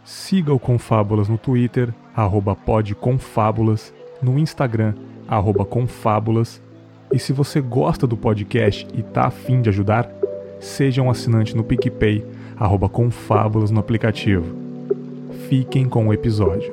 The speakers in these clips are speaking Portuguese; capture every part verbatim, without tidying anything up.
Siga o Confábulas no Twitter, arroba podconfábulas, no Instagram, arroba confábulas. E se você gosta do podcast e tá afim de ajudar, seja um assinante no PicPay, arroba confábulas no aplicativo. Fiquem com o episódio.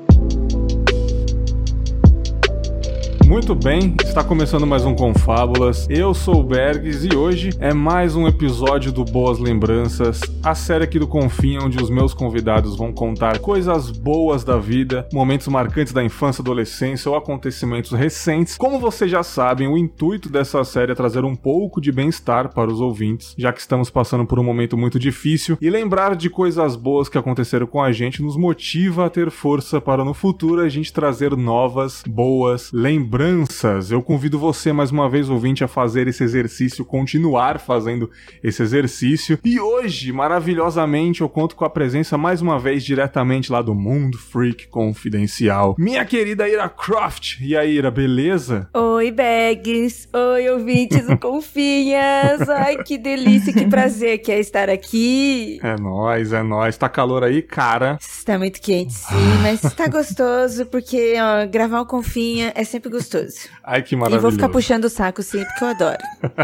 Muito bem, está começando mais um Confábulas. Eu sou o Bergs e hoje é mais um episódio do Boas Lembranças, a série aqui do Confim, onde os meus convidados vão contar coisas boas da vida, momentos marcantes da infância, adolescência ou acontecimentos recentes. Como vocês já sabem, o intuito dessa série é trazer um pouco de bem-estar para os ouvintes, já que estamos passando por um momento muito difícil, e lembrar de coisas boas que aconteceram com a gente nos motiva a ter força para no futuro a gente trazer novas, boas lembranças. Lembranças. Eu convido você mais uma vez, ouvinte, a fazer esse exercício, continuar fazendo esse exercício. E hoje, maravilhosamente, eu conto com a presença mais uma vez diretamente lá do Mundo Freak Confidencial, minha querida Ira Croft. E aí, Ira, beleza? Oi, Bags. Oi, ouvintes do Confinhas. Ai, que delícia, que prazer que é estar aqui. É nóis, é nóis. Tá calor aí, cara? Está muito quente, sim, mas está gostoso, porque ó, gravar o Confinha é sempre gostoso. Ai, que maravilhoso. E vou ficar puxando o saco sempre, que eu adoro.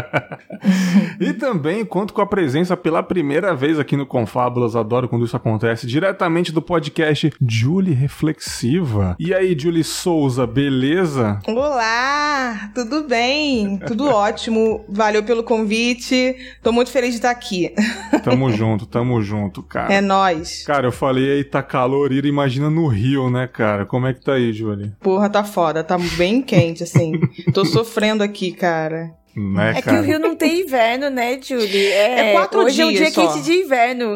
E também conto com a presença pela primeira vez aqui no Confábulas, adoro quando isso acontece, diretamente do podcast Julie Reflexiva. E aí, Julie Souza, beleza? Olá, tudo bem? Tudo ótimo, valeu pelo convite, tô muito feliz de estar aqui. Tamo junto, tamo junto, cara. É nóis. Cara, eu falei aí, tá calor, Ira, imagina no Rio, né, cara? Como é que tá aí, Julie? Porra, tá foda, tá bem quente, assim. Tô sofrendo aqui, cara. Né, é cara? que o Rio não tem inverno, né, Julie? É, é quatro hoje dias é um dia só. quente de inverno.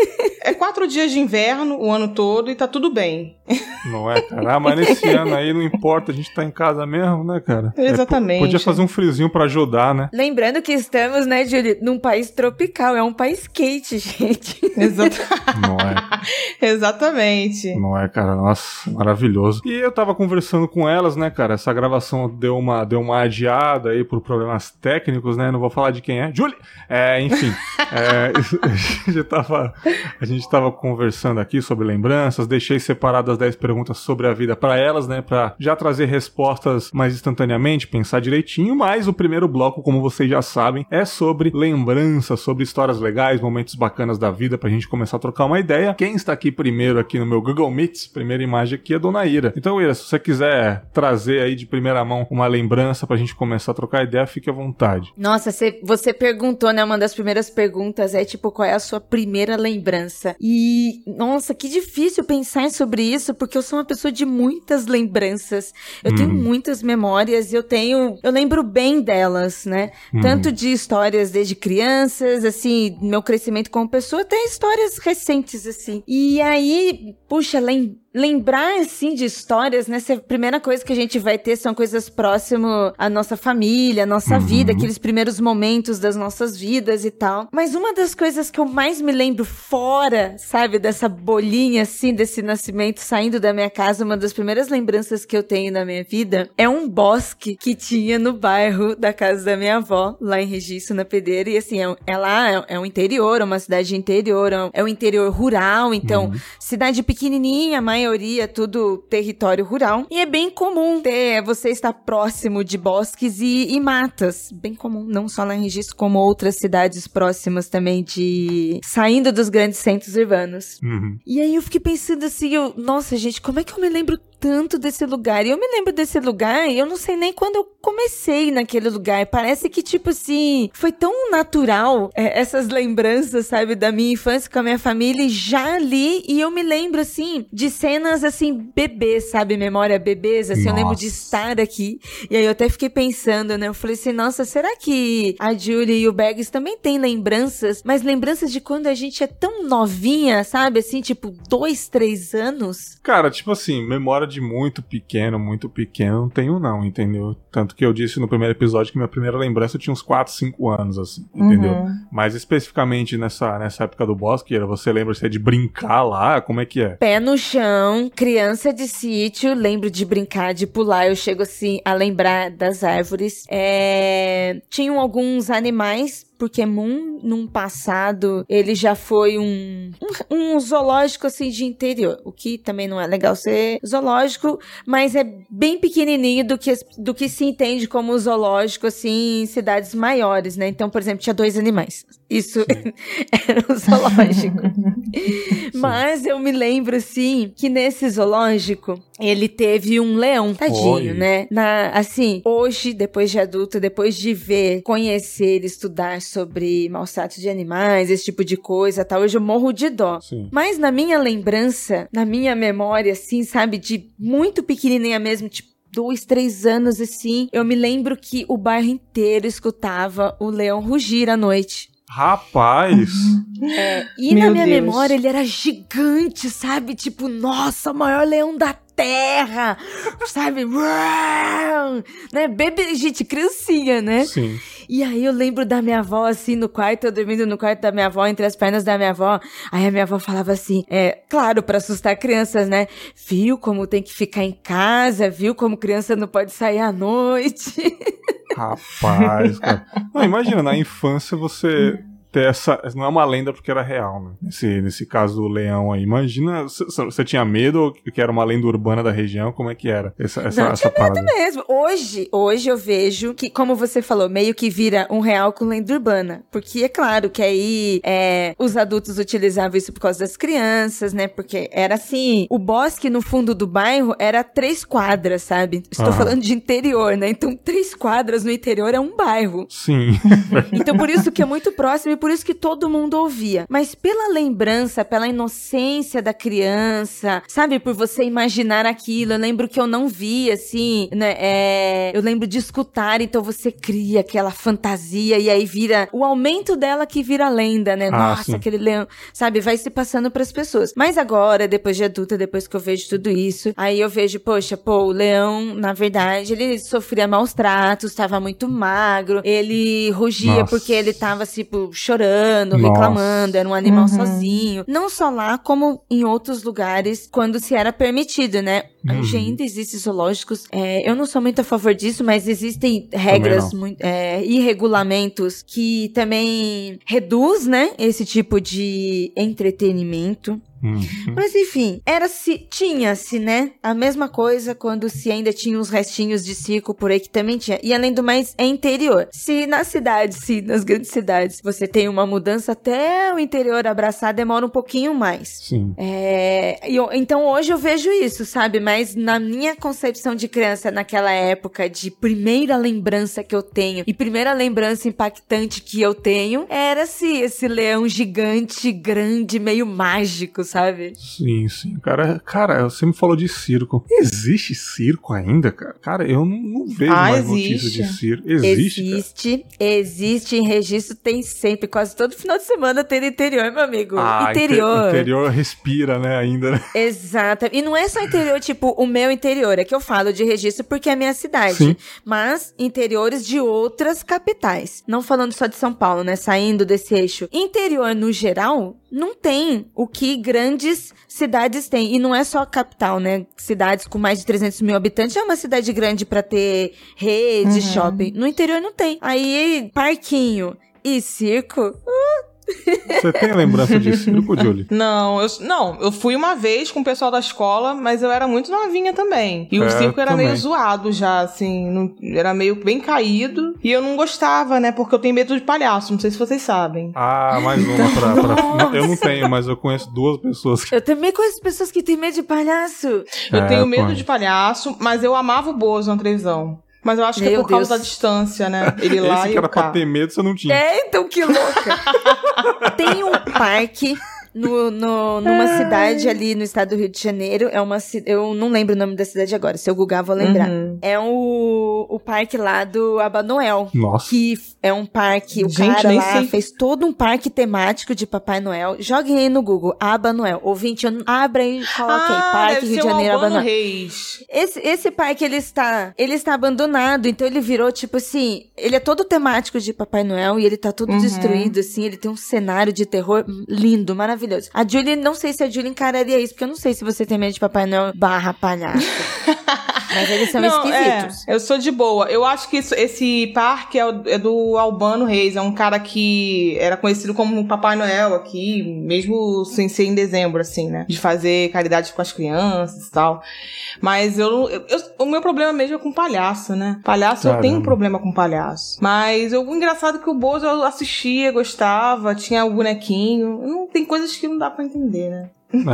É quatro dias de inverno o ano todo e tá tudo bem. Não é, cara? Ah, mas nesse ano aí não importa, a gente tá em casa mesmo, né, cara? Exatamente. É, podia fazer um friozinho pra ajudar, né? Lembrando que estamos, né, Julie, num país tropical, é um país quente, gente. Exato. Não é? Exatamente. Não é, cara? Nossa, maravilhoso. E eu tava conversando com elas, né, cara? Essa gravação deu uma, deu uma adiada aí por problemas técnicos, né? Não vou falar de quem é. Julie! É, enfim. é, a, gente tava, a gente tava conversando aqui sobre lembranças, deixei separadas dez perguntas sobre a vida pra elas, né? Pra já trazer respostas mais instantaneamente, pensar direitinho, mas o primeiro bloco, como vocês já sabem, é sobre lembranças, sobre histórias legais, momentos bacanas da vida, pra gente começar a trocar uma ideia. Quem está aqui primeiro aqui no meu Google Meet, primeira imagem aqui é a Dona Ira. Então, Ira, se você quiser trazer aí de primeira mão uma lembrança pra gente começar a trocar ideia, fique à vontade. Nossa, cê, você perguntou, né? Uma das primeiras perguntas é tipo, qual é a sua primeira lembrança? E, nossa, que difícil pensar sobre isso, porque eu sou uma pessoa de muitas lembranças. Eu hum. tenho muitas memórias e eu tenho... Eu lembro bem delas, né? Hum. Tanto de histórias desde crianças, assim, meu crescimento como pessoa, até histórias recentes, assim. E aí, puxa, lembra... Lembrar, assim, de histórias, né? A primeira coisa que a gente vai ter são coisas próximas à nossa família, à nossa uhum. vida, aqueles primeiros momentos das nossas vidas e tal. Mas uma das coisas que eu mais me lembro fora, sabe, dessa bolinha, assim, desse nascimento saindo da minha casa, uma das primeiras lembranças que eu tenho na minha vida é um bosque que tinha no bairro da casa da minha avó, lá em Registro, na Pedreira. E, assim, é, é lá, é, é um interior, é uma cidade interior, é um interior rural, então, uhum. cidade pequenininha, mãe maioria tudo território rural, e é bem comum ter, você estar próximo de bosques e, e matas, bem comum, não só lá em Registro, como outras cidades próximas também de, saindo dos grandes centros urbanos. Uhum. E aí eu fiquei pensando assim, eu, nossa gente, como é que eu me lembro tanto desse lugar? E eu me lembro desse lugar e eu não sei nem quando eu comecei naquele lugar. Parece que, tipo assim, foi tão natural é, essas lembranças, sabe, da minha infância com a minha família já ali. E eu me lembro, assim, de cenas, assim, bebês, sabe? Memória bebês, assim, nossa. Eu lembro de estar aqui. E aí eu até fiquei pensando, né? Eu falei assim, nossa, será que a Julie e o Bags também têm lembranças? Mas lembranças de quando a gente é tão novinha, sabe? Assim, tipo, dois, três anos? Cara, tipo assim, memória memória de muito pequeno, muito pequeno, não tenho não, entendeu? Tanto que eu disse no primeiro episódio que minha primeira lembrança eu tinha uns quatro, cinco anos, assim, entendeu? Uhum. Mas especificamente nessa, nessa época do bosque, você lembra você de brincar lá? Como é que é? Pé no chão, criança de sítio, lembro de brincar, de pular, eu chego assim a lembrar das árvores. É... Tinham alguns animais, porque Moon, num passado, ele já foi um, um, um zoológico, assim, de interior. O que também não é legal ser zoológico, mas é bem pequenininho do que, do que se entende como zoológico, assim, em cidades maiores, né? Então, por exemplo, tinha dois animais. Isso era um zoológico. Mas eu me lembro, assim, que nesse zoológico, ele teve um leão, tadinho, Oi. né? Na, assim, hoje, depois de adulto, depois de ver, conhecer, estudar sobre maus tratos de animais, esse tipo de coisa, tá? Hoje eu morro de dó. Sim. Mas na minha lembrança, na minha memória, assim, sabe, de muito pequenininha mesmo, tipo, dois, três anos, assim, eu me lembro que o bairro inteiro escutava o leão rugir à noite. Rapaz! É, e Meu na minha Deus. memória ele era gigante, sabe? Tipo, nossa, o maior leão da terra, sabe? Né? Bebê, gente, criancinha, né? Sim. E aí eu lembro da minha avó, assim, no quarto, eu dormindo no quarto da minha avó, entre as pernas da minha avó. Aí a minha avó falava assim, é, claro, pra assustar crianças, né? Viu como tem que ficar em casa, viu como criança não pode sair à noite. Rapaz, cara. Não, imagina, na infância você ter essa... Não é uma lenda porque era real, né? Nesse, nesse caso do leão aí. Imagina, você tinha medo ou que era uma lenda urbana da região? Como é que era essa, essa, não, essa tinha medo parada? mesmo. Hoje, hoje eu vejo que, como você falou, meio que vira um real com lenda urbana. Porque é claro que aí é, os adultos utilizavam isso por causa das crianças, né? Porque era assim, o bosque no fundo do bairro era três quadras, sabe? Estou ah. falando de interior, né? Então, três quadras no interior é um bairro. Sim. Então, por isso que é muito próximo e por isso que todo mundo ouvia. Mas pela lembrança, pela inocência da criança, sabe? Por você imaginar aquilo. Eu lembro que eu não vi, assim, né? É... Eu lembro de escutar, então você cria aquela fantasia e aí vira o aumento dela que vira lenda, né? Ah, Nossa, sim. aquele leão, sabe? Vai se passando pras pessoas. Mas agora, depois de adulta, depois que eu vejo tudo isso, aí eu vejo, poxa, pô, o leão, na verdade, ele sofria maus tratos, estava muito magro, ele rugia Nossa. porque ele tava, tipo, chorando, Nossa. reclamando, era um animal Uhum. sozinho. Não só lá, como em outros lugares, quando se era permitido, né? Uhum. Hoje ainda existem zoológicos. É, eu não sou muito a favor disso, mas existem regras muito, é, e regulamentos que também reduz, né, esse tipo de entretenimento. Uhum. Mas enfim, era-se, tinha-se, né? A mesma coisa quando se ainda tinha uns restinhos de circo por aí que também tinha. E além do mais, é interior. Se nas cidades, se nas grandes cidades, você tem uma mudança até o interior abraçar, demora um pouquinho mais. Sim. É, eu, então hoje eu vejo isso, sabe? Mas na minha concepção de criança, naquela época de primeira lembrança que eu tenho, e primeira lembrança impactante que eu tenho, era-se esse leão gigante, grande, meio mágico, sabe? Sim, sim. Cara, cara, você me falou de circo. Existe circo ainda, cara? Cara, eu não, não vejo ah, mais existe. notícias de circo. Existe, Existe, cara? Existe em registro, tem sempre. Quase todo final de semana tem no interior, meu amigo. Ah, interior. Inter- interior respira, né, ainda, né? Exato. E não é só interior, tipo, o meu interior. É que eu falo de registro porque é a minha cidade. Sim. Mas interiores de outras capitais. Não falando só de São Paulo, né? Saindo desse eixo. Interior, no geral, não tem o que grandes cidades têm. E não é só a capital, né? Cidades com mais de trezentos mil habitantes é uma cidade grande pra ter rede, uhum. shopping. No interior não tem. Aí, parquinho e circo... Uh, Você tem lembrança de circo, Julie? Não, eu, não, eu fui uma vez com o pessoal da escola, mas eu era muito novinha também. E o é, circo era também. meio zoado já, assim, não, era meio bem caído. E eu não gostava, né, porque eu tenho medo de palhaço, não sei se vocês sabem. Ah, mais uma pra... pra... Não, eu não tenho, mas eu conheço duas pessoas. Que... Eu também conheço pessoas que têm medo de palhaço. Eu é, tenho medo conheço. de palhaço, mas eu amava o Bozo na televisão. Mas eu acho que Meu é por causa Deus. da distância, né? Ele lá Esse e que era o cá. pra ter medo, você não tinha. É, então que louca. Tem um parque no, no, numa cidade ali no estado do Rio de Janeiro. É uma eu não lembro o nome da cidade agora. Se eu googar, vou lembrar. Uhum. É o, o parque lá do Aba Noel. Nossa. Que é um parque, o Gente, cara lá sei. fez todo um parque temático de Papai Noel. Joguem aí no Google, Aba Noel. Ouvinte, eu abra e coloquei ah, Parque Rio de Janeiro, Aba Noel. Reis. Esse, esse parque, ele está, ele está abandonado, então ele virou, tipo assim, ele é todo temático de Papai Noel e ele tá todo uhum. destruído, assim, ele tem um cenário de terror lindo, maravilhoso. A Julie, não sei se a Julie encararia isso, porque eu não sei se você tem medo de Papai Noel barra palhaço. Mas eles são não, esquisitos. É, eu sou de boa. Eu acho que isso, esse parque é, o, é do Albano Reis. É um cara que era conhecido como Papai Noel aqui, mesmo sem ser em dezembro, assim, né? De fazer caridade com as crianças e tal. Mas eu, eu, eu o meu problema mesmo é com palhaço, né? Palhaço, Caramba. Eu tenho um problema com palhaço. Mas eu, o engraçado é que o Bozo eu assistia, gostava, tinha o bonequinho. Não, tem coisas que não dá pra entender, né?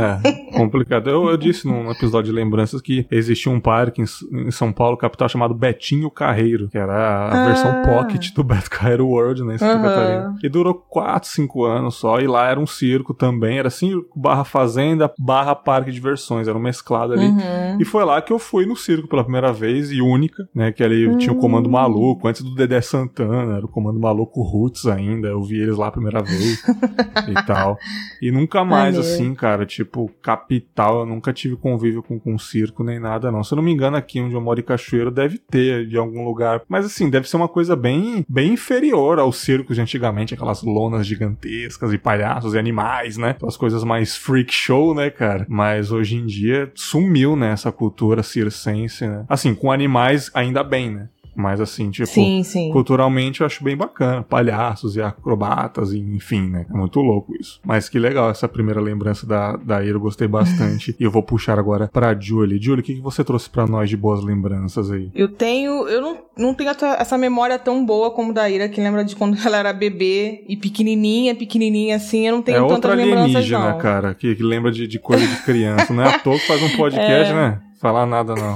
É, complicado. Eu, eu disse num episódio de lembranças que existia um parque em, em São Paulo, capital, chamado Betinho Carreiro, que era a ah. versão pocket do Beto Carreiro World, né, em Santa uhum. Catarina. E durou quatro, cinco anos só, e lá era um circo também, era circo barra fazenda, barra parque de diversões, era um mesclado ali. Uhum. E foi lá que eu fui no circo pela primeira vez, e única, né, que ali uhum. tinha o Comando Maluco, antes do Dedé Santana, era o Comando Maluco Roots ainda, eu vi eles lá a primeira vez e tal. E nunca mais, Ai, assim, cara, tipo, capital, eu nunca tive convívio com, com circo nem nada, não. Se eu não me engano, aqui onde eu moro em Cachoeiro, deve ter de algum lugar. Mas assim, deve ser uma coisa bem, bem inferior aos circos de antigamente, aquelas lonas gigantescas e palhaços e animais, né? As coisas mais freak show, né, cara? Mas hoje em dia sumiu, né, essa cultura circense, né? Assim, com animais ainda bem, né? Mas assim, tipo, sim, sim. culturalmente eu acho bem bacana. Palhaços e acrobatas, e, enfim, né? É muito louco isso. Mas que legal essa primeira lembrança da, da Ira, eu gostei bastante. E eu vou puxar agora pra Julie. Julie, o que, que você trouxe pra nós de boas lembranças aí? Eu tenho, eu não, não tenho essa memória tão boa como da Ira, que lembra de quando ela era bebê e pequenininha, pequenininha assim, eu não tenho é tantas lembranças não. É outra cara, que, que lembra de, de coisa de criança. Não é à toa que faz um podcast, é. né? Falar nada, não.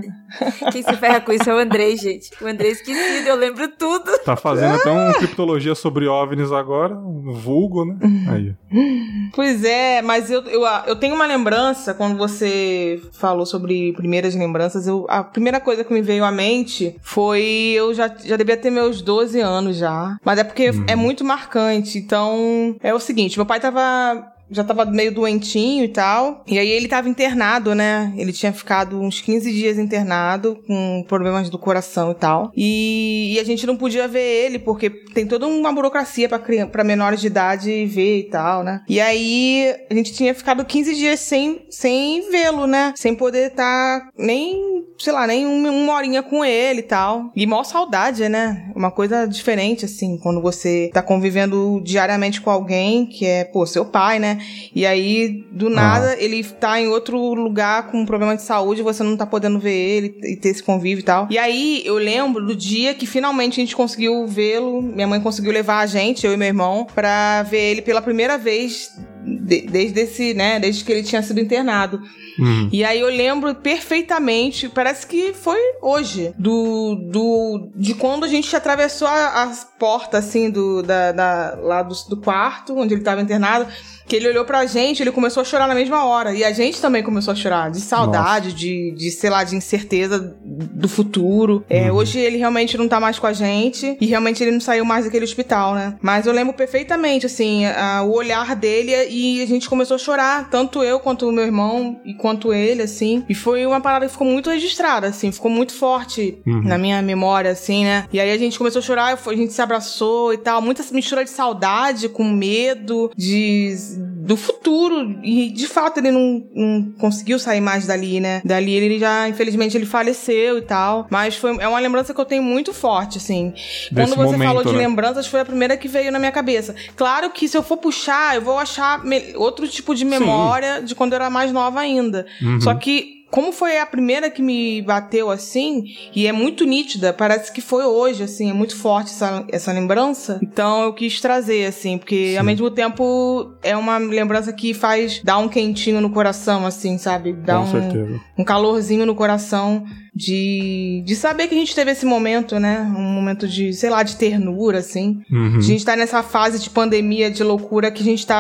Quem se ferra com isso é o Andrei, gente. O Andrei esquecido, eu lembro tudo. Tá fazendo até uma criptologia sobre OVNIs agora, vulgo, né? Aí. Pois é, mas eu, eu, eu tenho uma lembrança, quando você falou sobre primeiras lembranças, eu, a primeira coisa que me veio à mente foi, eu já, já devia ter meus doze anos já, mas é porque hum. é muito marcante. Então, é o seguinte, meu pai tava... já tava meio doentinho e tal. E aí ele tava internado, né? Ele tinha ficado uns quinze dias internado com problemas do coração e tal. E, e a gente não podia ver ele, porque tem toda uma burocracia pra, pra menores de idade ver e tal, né? E aí a gente tinha ficado quinze dias sem, sem vê-lo, né? Sem poder estar tá nem, sei lá, nem uma, uma horinha com ele e tal. E maior saudade, né? Uma coisa diferente, assim, quando você tá convivendo diariamente com alguém que é, pô, seu pai, né? E aí, do nada, ah. ele tá em outro lugar com um problema de saúde, você não tá podendo ver ele e ter esse convívio e tal. E aí, eu lembro do dia que finalmente a gente conseguiu vê-lo, minha mãe conseguiu levar a gente, eu e meu irmão, pra ver ele pela primeira vez de, desde esse, né, desde que ele tinha sido internado. Uhum. E aí eu lembro perfeitamente, parece que foi hoje, do, do, de quando a gente atravessou as portas, assim, do, da, da, lá do, do quarto, onde ele estava internado, que ele olhou pra gente, ele começou a chorar na mesma hora. E a gente também começou a chorar, de saudade, de, de, sei lá, de incerteza do futuro. É, uhum. Hoje ele realmente não tá mais com a gente, e realmente ele não saiu mais daquele hospital, né? Mas eu lembro perfeitamente, assim, a, o olhar dele, e a gente começou a chorar, tanto eu quanto o meu irmão, e quanto ele, assim. E foi uma parada que ficou muito registrada, assim, ficou muito forte uhum. na minha memória, assim, né? E aí a gente começou a chorar, a gente se abraçou e tal, muita mistura de saudade com medo, de... do futuro, e de fato ele não, não conseguiu sair mais dali, né? Dali ele já, infelizmente, ele faleceu e tal, mas foi, é uma lembrança que eu tenho muito forte, assim. Desse Quando você momento, falou de né? lembranças, foi a primeira que veio na minha cabeça. Claro que se eu for puxar, eu vou achar me- outro tipo de memória Sim. de quando eu era mais nova ainda. Uhum. Só que como foi a primeira que me bateu assim, e é muito nítida, parece que foi hoje, assim, é muito forte essa, essa lembrança, então eu quis trazer, assim, porque Sim. ao mesmo tempo é uma lembrança que faz dar um quentinho no coração, assim, sabe? Dá um, um calorzinho no coração de, de saber que a gente teve esse momento, né? Um momento de, sei lá, de ternura, assim. Uhum. A gente tá nessa fase de pandemia, de loucura, que a gente tá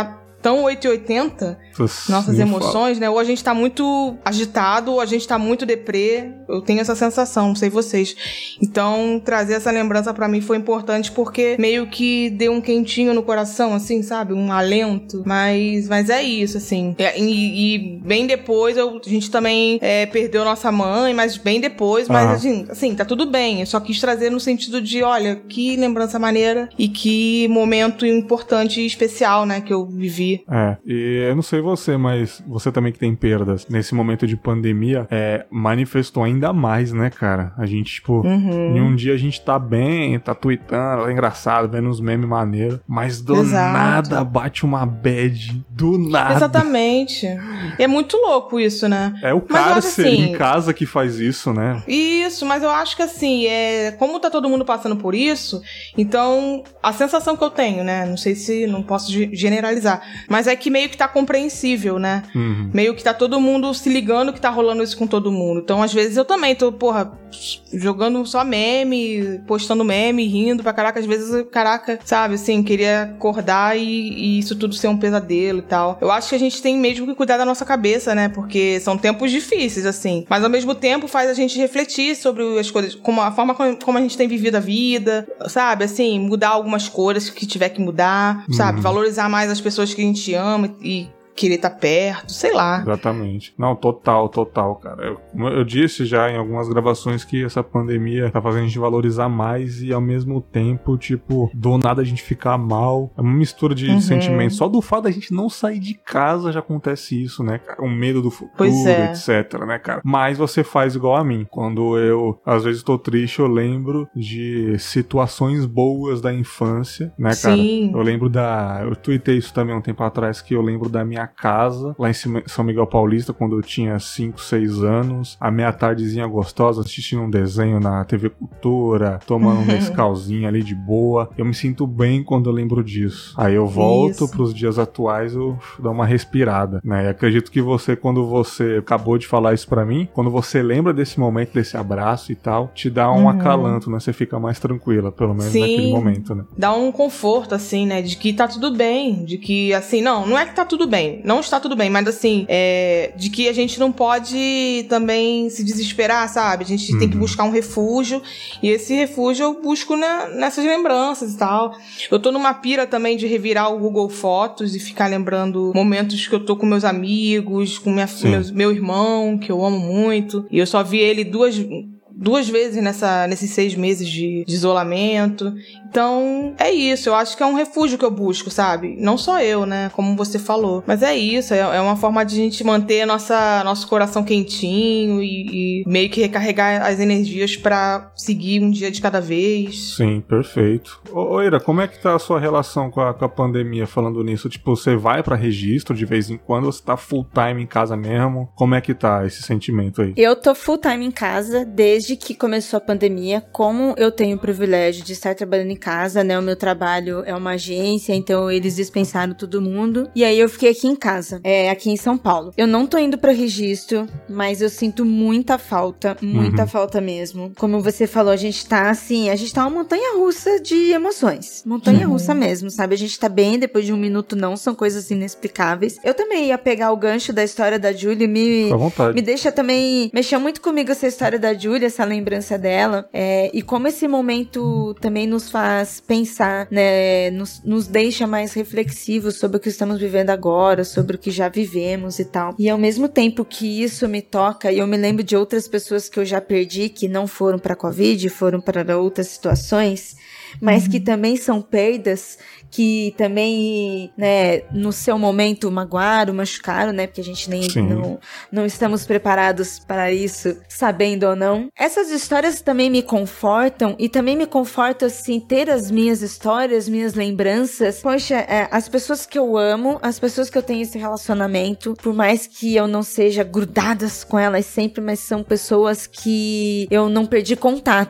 tão oito e oitenta, nossas emoções, né? Ou a gente tá muito agitado, ou a gente tá muito deprê. Eu tenho essa sensação, não sei vocês. Então, trazer essa lembrança pra mim foi importante porque meio que deu um quentinho no coração, assim, sabe? Um alento. Mas, mas é isso, assim. E, e bem depois, eu, a gente também é, perdeu nossa mãe, mas bem depois, mas assim, assim, tá tudo bem. Eu só quis trazer no sentido de, olha, que lembrança maneira e que momento importante e especial, né, que eu vivi. É, e eu não sei você, mas você também que tem perdas, nesse momento de pandemia, é, manifestou ainda mais, né, cara? A gente, tipo, uhum. em um dia a gente tá bem, tá tweetando, é engraçado, vendo uns memes maneiros, mas do Exato. nada bate uma bad, do nada. Exatamente. E é muito louco isso, né? É o cárcere assim, em casa que faz isso, né? Isso, mas eu acho que assim, é, como tá todo mundo passando por isso, então a sensação que eu tenho, né? Não sei se, não posso generalizar, mas é que meio que tá compreensível, né? Uhum. Meio que tá todo mundo se ligando que tá rolando isso com todo mundo. Então, às vezes eu também tô, porra, jogando só meme, postando meme, rindo pra caraca. Às vezes, caraca, sabe, assim, queria acordar e, e isso tudo ser um pesadelo e tal. Eu acho que a gente tem mesmo que cuidar da nossa cabeça, né? Porque são tempos difíceis, assim. Mas ao mesmo tempo faz a gente refletir sobre as coisas, como a forma como a gente tem vivido a vida, sabe? Assim, mudar algumas coisas que tiver que mudar, uhum. sabe? Valorizar mais as pessoas que a gente ama e querer estar perto, sei lá. Exatamente. Não, total, total, cara. Eu, eu disse já em algumas gravações que essa pandemia tá fazendo a gente valorizar mais e ao mesmo tempo, tipo, do nada a gente ficar mal. É uma mistura de uhum. sentimentos. Só do fato da gente não sair de casa já acontece isso, né, cara? O medo do futuro, é. etc, né, cara? Mas você faz igual a mim. Quando eu, às vezes, tô triste, eu lembro de situações boas da infância, né, cara? Sim. Eu lembro da... Eu tuitei isso também um tempo atrás, que eu lembro da minha casa, lá em São Miguel Paulista, quando eu tinha cinco, seis anos, a minha tardezinha gostosa, assistindo um desenho na T V Cultura, tomando um Nescauzinho ali de boa. Eu me sinto bem quando eu lembro disso. Aí eu volto Isso. pros dias atuais, eu dou uma respirada, né? E acredito que você, quando você acabou de falar isso pra mim, quando você lembra desse momento, desse abraço e tal, te dá um uhum. acalanto, né? Você fica mais tranquila, pelo menos Sim. naquele momento, né? Dá um conforto, assim, né? De que tá tudo bem, de que, assim, não, não é que tá tudo bem, não está tudo bem, mas assim, é, de que a gente não pode também se desesperar, sabe? A gente uhum. tem que buscar um refúgio, e esse refúgio eu busco na, nessas lembranças e tal. Eu tô numa pira também de revirar o Google Fotos e ficar lembrando momentos que eu tô com meus amigos, com minha, meu, meu irmão, que eu amo muito, e eu só vi ele duas... duas vezes nessa, nesses seis meses de, de isolamento. Então, é isso. Eu acho que é um refúgio que eu busco, sabe? Não só eu, né? Como você falou. Mas é isso. É, é uma forma de a gente manter nossa, nosso coração quentinho e, e meio que recarregar as energias pra seguir um dia de cada vez. Sim, perfeito. Ô, Ira, como é que tá a sua relação com a, com a pandemia falando nisso? Tipo, você vai pra registro de vez em quando? Você tá full time em casa mesmo? Como é que tá esse sentimento aí? Eu tô full time em casa desde Desde que começou a pandemia. Como eu tenho o privilégio de estar trabalhando em casa, né, o meu trabalho é uma agência, então eles dispensaram todo mundo, e aí eu fiquei aqui em casa, é, aqui em São Paulo. Eu não tô indo para registro, mas eu sinto muita falta, muita uhum. falta mesmo. Como você falou, a gente tá assim, a gente tá uma montanha-russa de emoções, montanha-russa uhum. mesmo, sabe? A gente tá bem, depois de um minuto não, são coisas inexplicáveis. Eu também ia pegar o gancho da história da Júlia, me, me deixa também, mexeu muito comigo essa história da Júlia, essa lembrança dela, é, e como esse momento também nos faz pensar, né, nos, nos deixa mais reflexivos sobre o que estamos vivendo agora, sobre o que já vivemos e tal. E ao mesmo tempo que isso me toca, e eu me lembro de outras pessoas que eu já perdi, que não foram para a Covid, foram para outras situações, mas uhum. que também são perdas, que também, né, no seu momento magoaram, machucaram, né, porque a gente nem não, não estamos preparados para isso, sabendo ou não. Essas histórias também me confortam, e também me conforta, assim, ter as minhas histórias, minhas lembranças. Poxa, é, as pessoas que eu amo, as pessoas que eu tenho esse relacionamento, por mais que eu não seja grudadas com elas sempre, mas são pessoas que eu não perdi contato.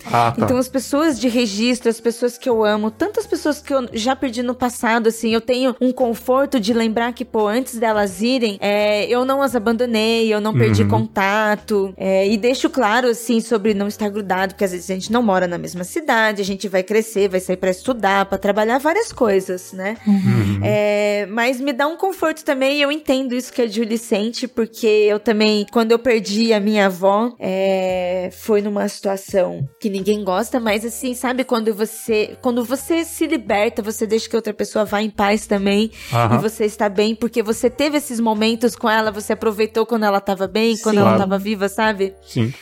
Ah, tá. Então as pessoas de registro, as pessoas que eu amo, tantas pessoas que eu já perdi no passado, assim, eu tenho um conforto de lembrar que, pô, antes delas irem, é, eu não as abandonei, eu não perdi uhum. contato, é, e deixo claro, assim, sobre não estar grudado, porque às vezes a gente não mora na mesma cidade, a gente vai crescer, vai sair pra estudar, pra trabalhar várias coisas, né? Uhum. É, mas me dá um conforto também, e eu entendo isso que a Julie sente, porque eu também, quando eu perdi a minha avó, é, foi numa situação que ninguém gosta, mas assim, sabe, quando você, quando você se liberta, você deixa que outra pessoa vá em paz também, uhum. e você está bem, porque você teve esses momentos com ela, você aproveitou quando ela estava bem, quando Sim. ela estava viva, sabe? Sim.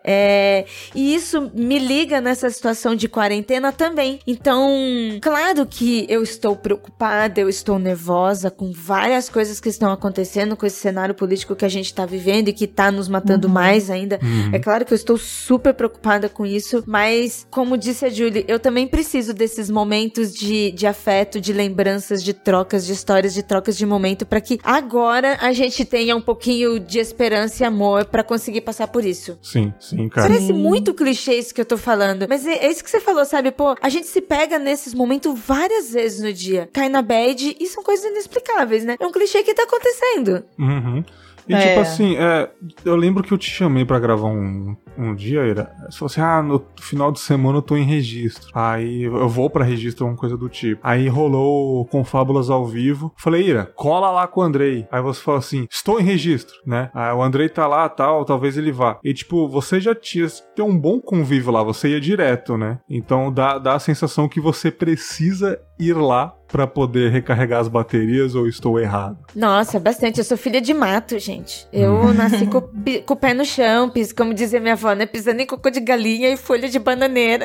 É, e isso me liga nessa situação de quarentena também. Então, claro que eu estou preocupada, eu estou nervosa com várias coisas que estão acontecendo com esse cenário político que a gente está vivendo e que está nos matando uhum. mais ainda. Uhum. É claro que eu estou super preocupada com isso, mas, como disse a Julie, eu também preciso desses momentos de, de afeto, de lembranças, de trocas, de histórias, de trocas de momento, para que agora a gente tenha um pouquinho de esperança e amor para conseguir passar por isso. Sim. Sim, cara. Parece muito clichê isso que eu tô falando, mas é, é isso que você falou, sabe? Pô, a gente se pega nesses momentos várias vezes no dia. Cai na bad e são coisas inexplicáveis, né? É um clichê que tá acontecendo. Uhum. E é. tipo assim, é, eu lembro que eu te chamei pra gravar um, um dia, Ira. Você falou assim, ah, no final de semana eu tô em registro. Aí eu vou pra registro, alguma coisa do tipo. Aí rolou Confábulas ao vivo. Falei, Ira, cola lá com o Andrei. Aí você falou assim, estou em registro, né? Aí o Andrei tá lá, tal, talvez ele vá. E tipo, você já tinha tem um bom convívio lá, você ia direto, né? Então dá, dá a sensação que você precisa ir lá pra poder recarregar as baterias, ou estou errado? Nossa, bastante. Eu sou filha de mato, gente. Eu nasci com, com o pé no chão, piso, como dizia minha avó, né? Pisando em cocô de galinha e folha de bananeira.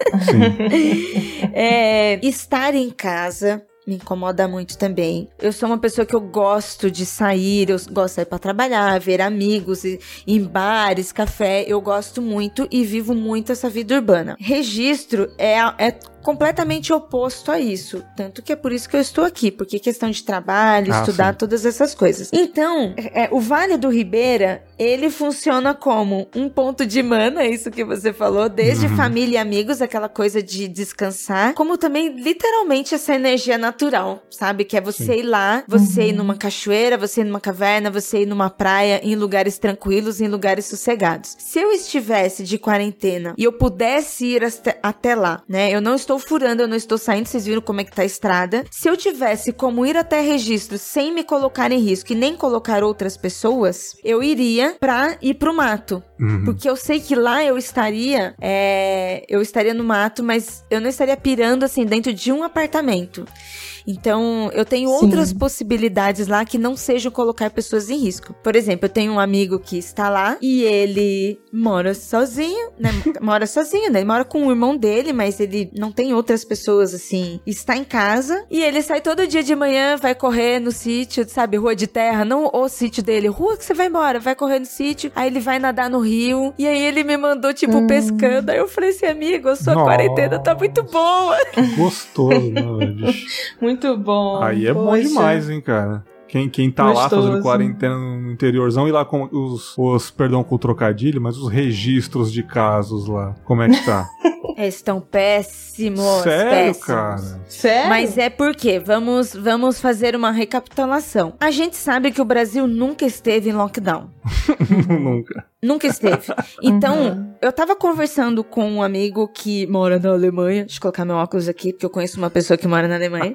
Sim. É, estar em casa me incomoda muito também. Eu sou uma pessoa que eu gosto de sair, eu gosto de sair pra trabalhar, ver amigos, ir em bares, café, eu gosto muito e vivo muito essa vida urbana. Registro é, é completamente oposto a isso, tanto que é por isso que eu estou aqui, porque é questão de trabalho, ah, estudar, sim. todas essas coisas. Então, é, o Vale do Ribeira, ele funciona como um ponto de mana, isso que você falou, desde uhum. família e amigos, aquela coisa de descansar, como também, literalmente, essa energia natural, sabe? Que é você sim. ir lá, você uhum. ir numa cachoeira, você ir numa caverna, você ir numa praia, em lugares tranquilos, em lugares sossegados. Se eu estivesse de quarentena e eu pudesse ir até, até lá, né? Eu não estou furando, eu não estou saindo, vocês viram como é que tá a estrada. Se eu tivesse como ir até registro sem me colocar em risco e nem colocar outras pessoas, eu iria pra ir pro mato. Uhum. Porque eu sei que lá eu estaria, é, eu estaria no mato, mas eu não estaria pirando assim dentro de um apartamento. Então, eu tenho Sim. outras possibilidades lá que não sejam colocar pessoas em risco. Por exemplo, eu tenho um amigo que está lá e ele mora sozinho, né? Mora sozinho, né? Ele mora com o irmão dele, mas ele não tem outras pessoas, assim. Está em casa e ele sai todo dia de manhã, vai correr no sítio, sabe? Rua de terra, não o sítio dele. Rua que você vai embora, vai correr no sítio. Aí ele vai nadar no rio. E aí ele me mandou, tipo, hum. pescando. Aí eu falei assim, amigo, a sua Nossa. quarentena tá muito boa. Gostoso, né, velho? Muito bom. Aí é Poxa. bom demais, hein, cara. Quem, quem tá Gostoso. lá fazendo quarentena no interiorzão e lá com os, os, perdão com o trocadilho, mas os registros de casos lá, como é que tá? Estão péssimos. Sério, péssimos. cara? Sério? Mas é porque, vamos, vamos fazer uma recapitulação. A gente sabe que o Brasil nunca esteve em lockdown. Nunca. Nunca esteve. Então, uhum. eu tava conversando com um amigo que mora na Alemanha. Deixa eu colocar meu óculos aqui, porque eu conheço uma pessoa que mora na Alemanha.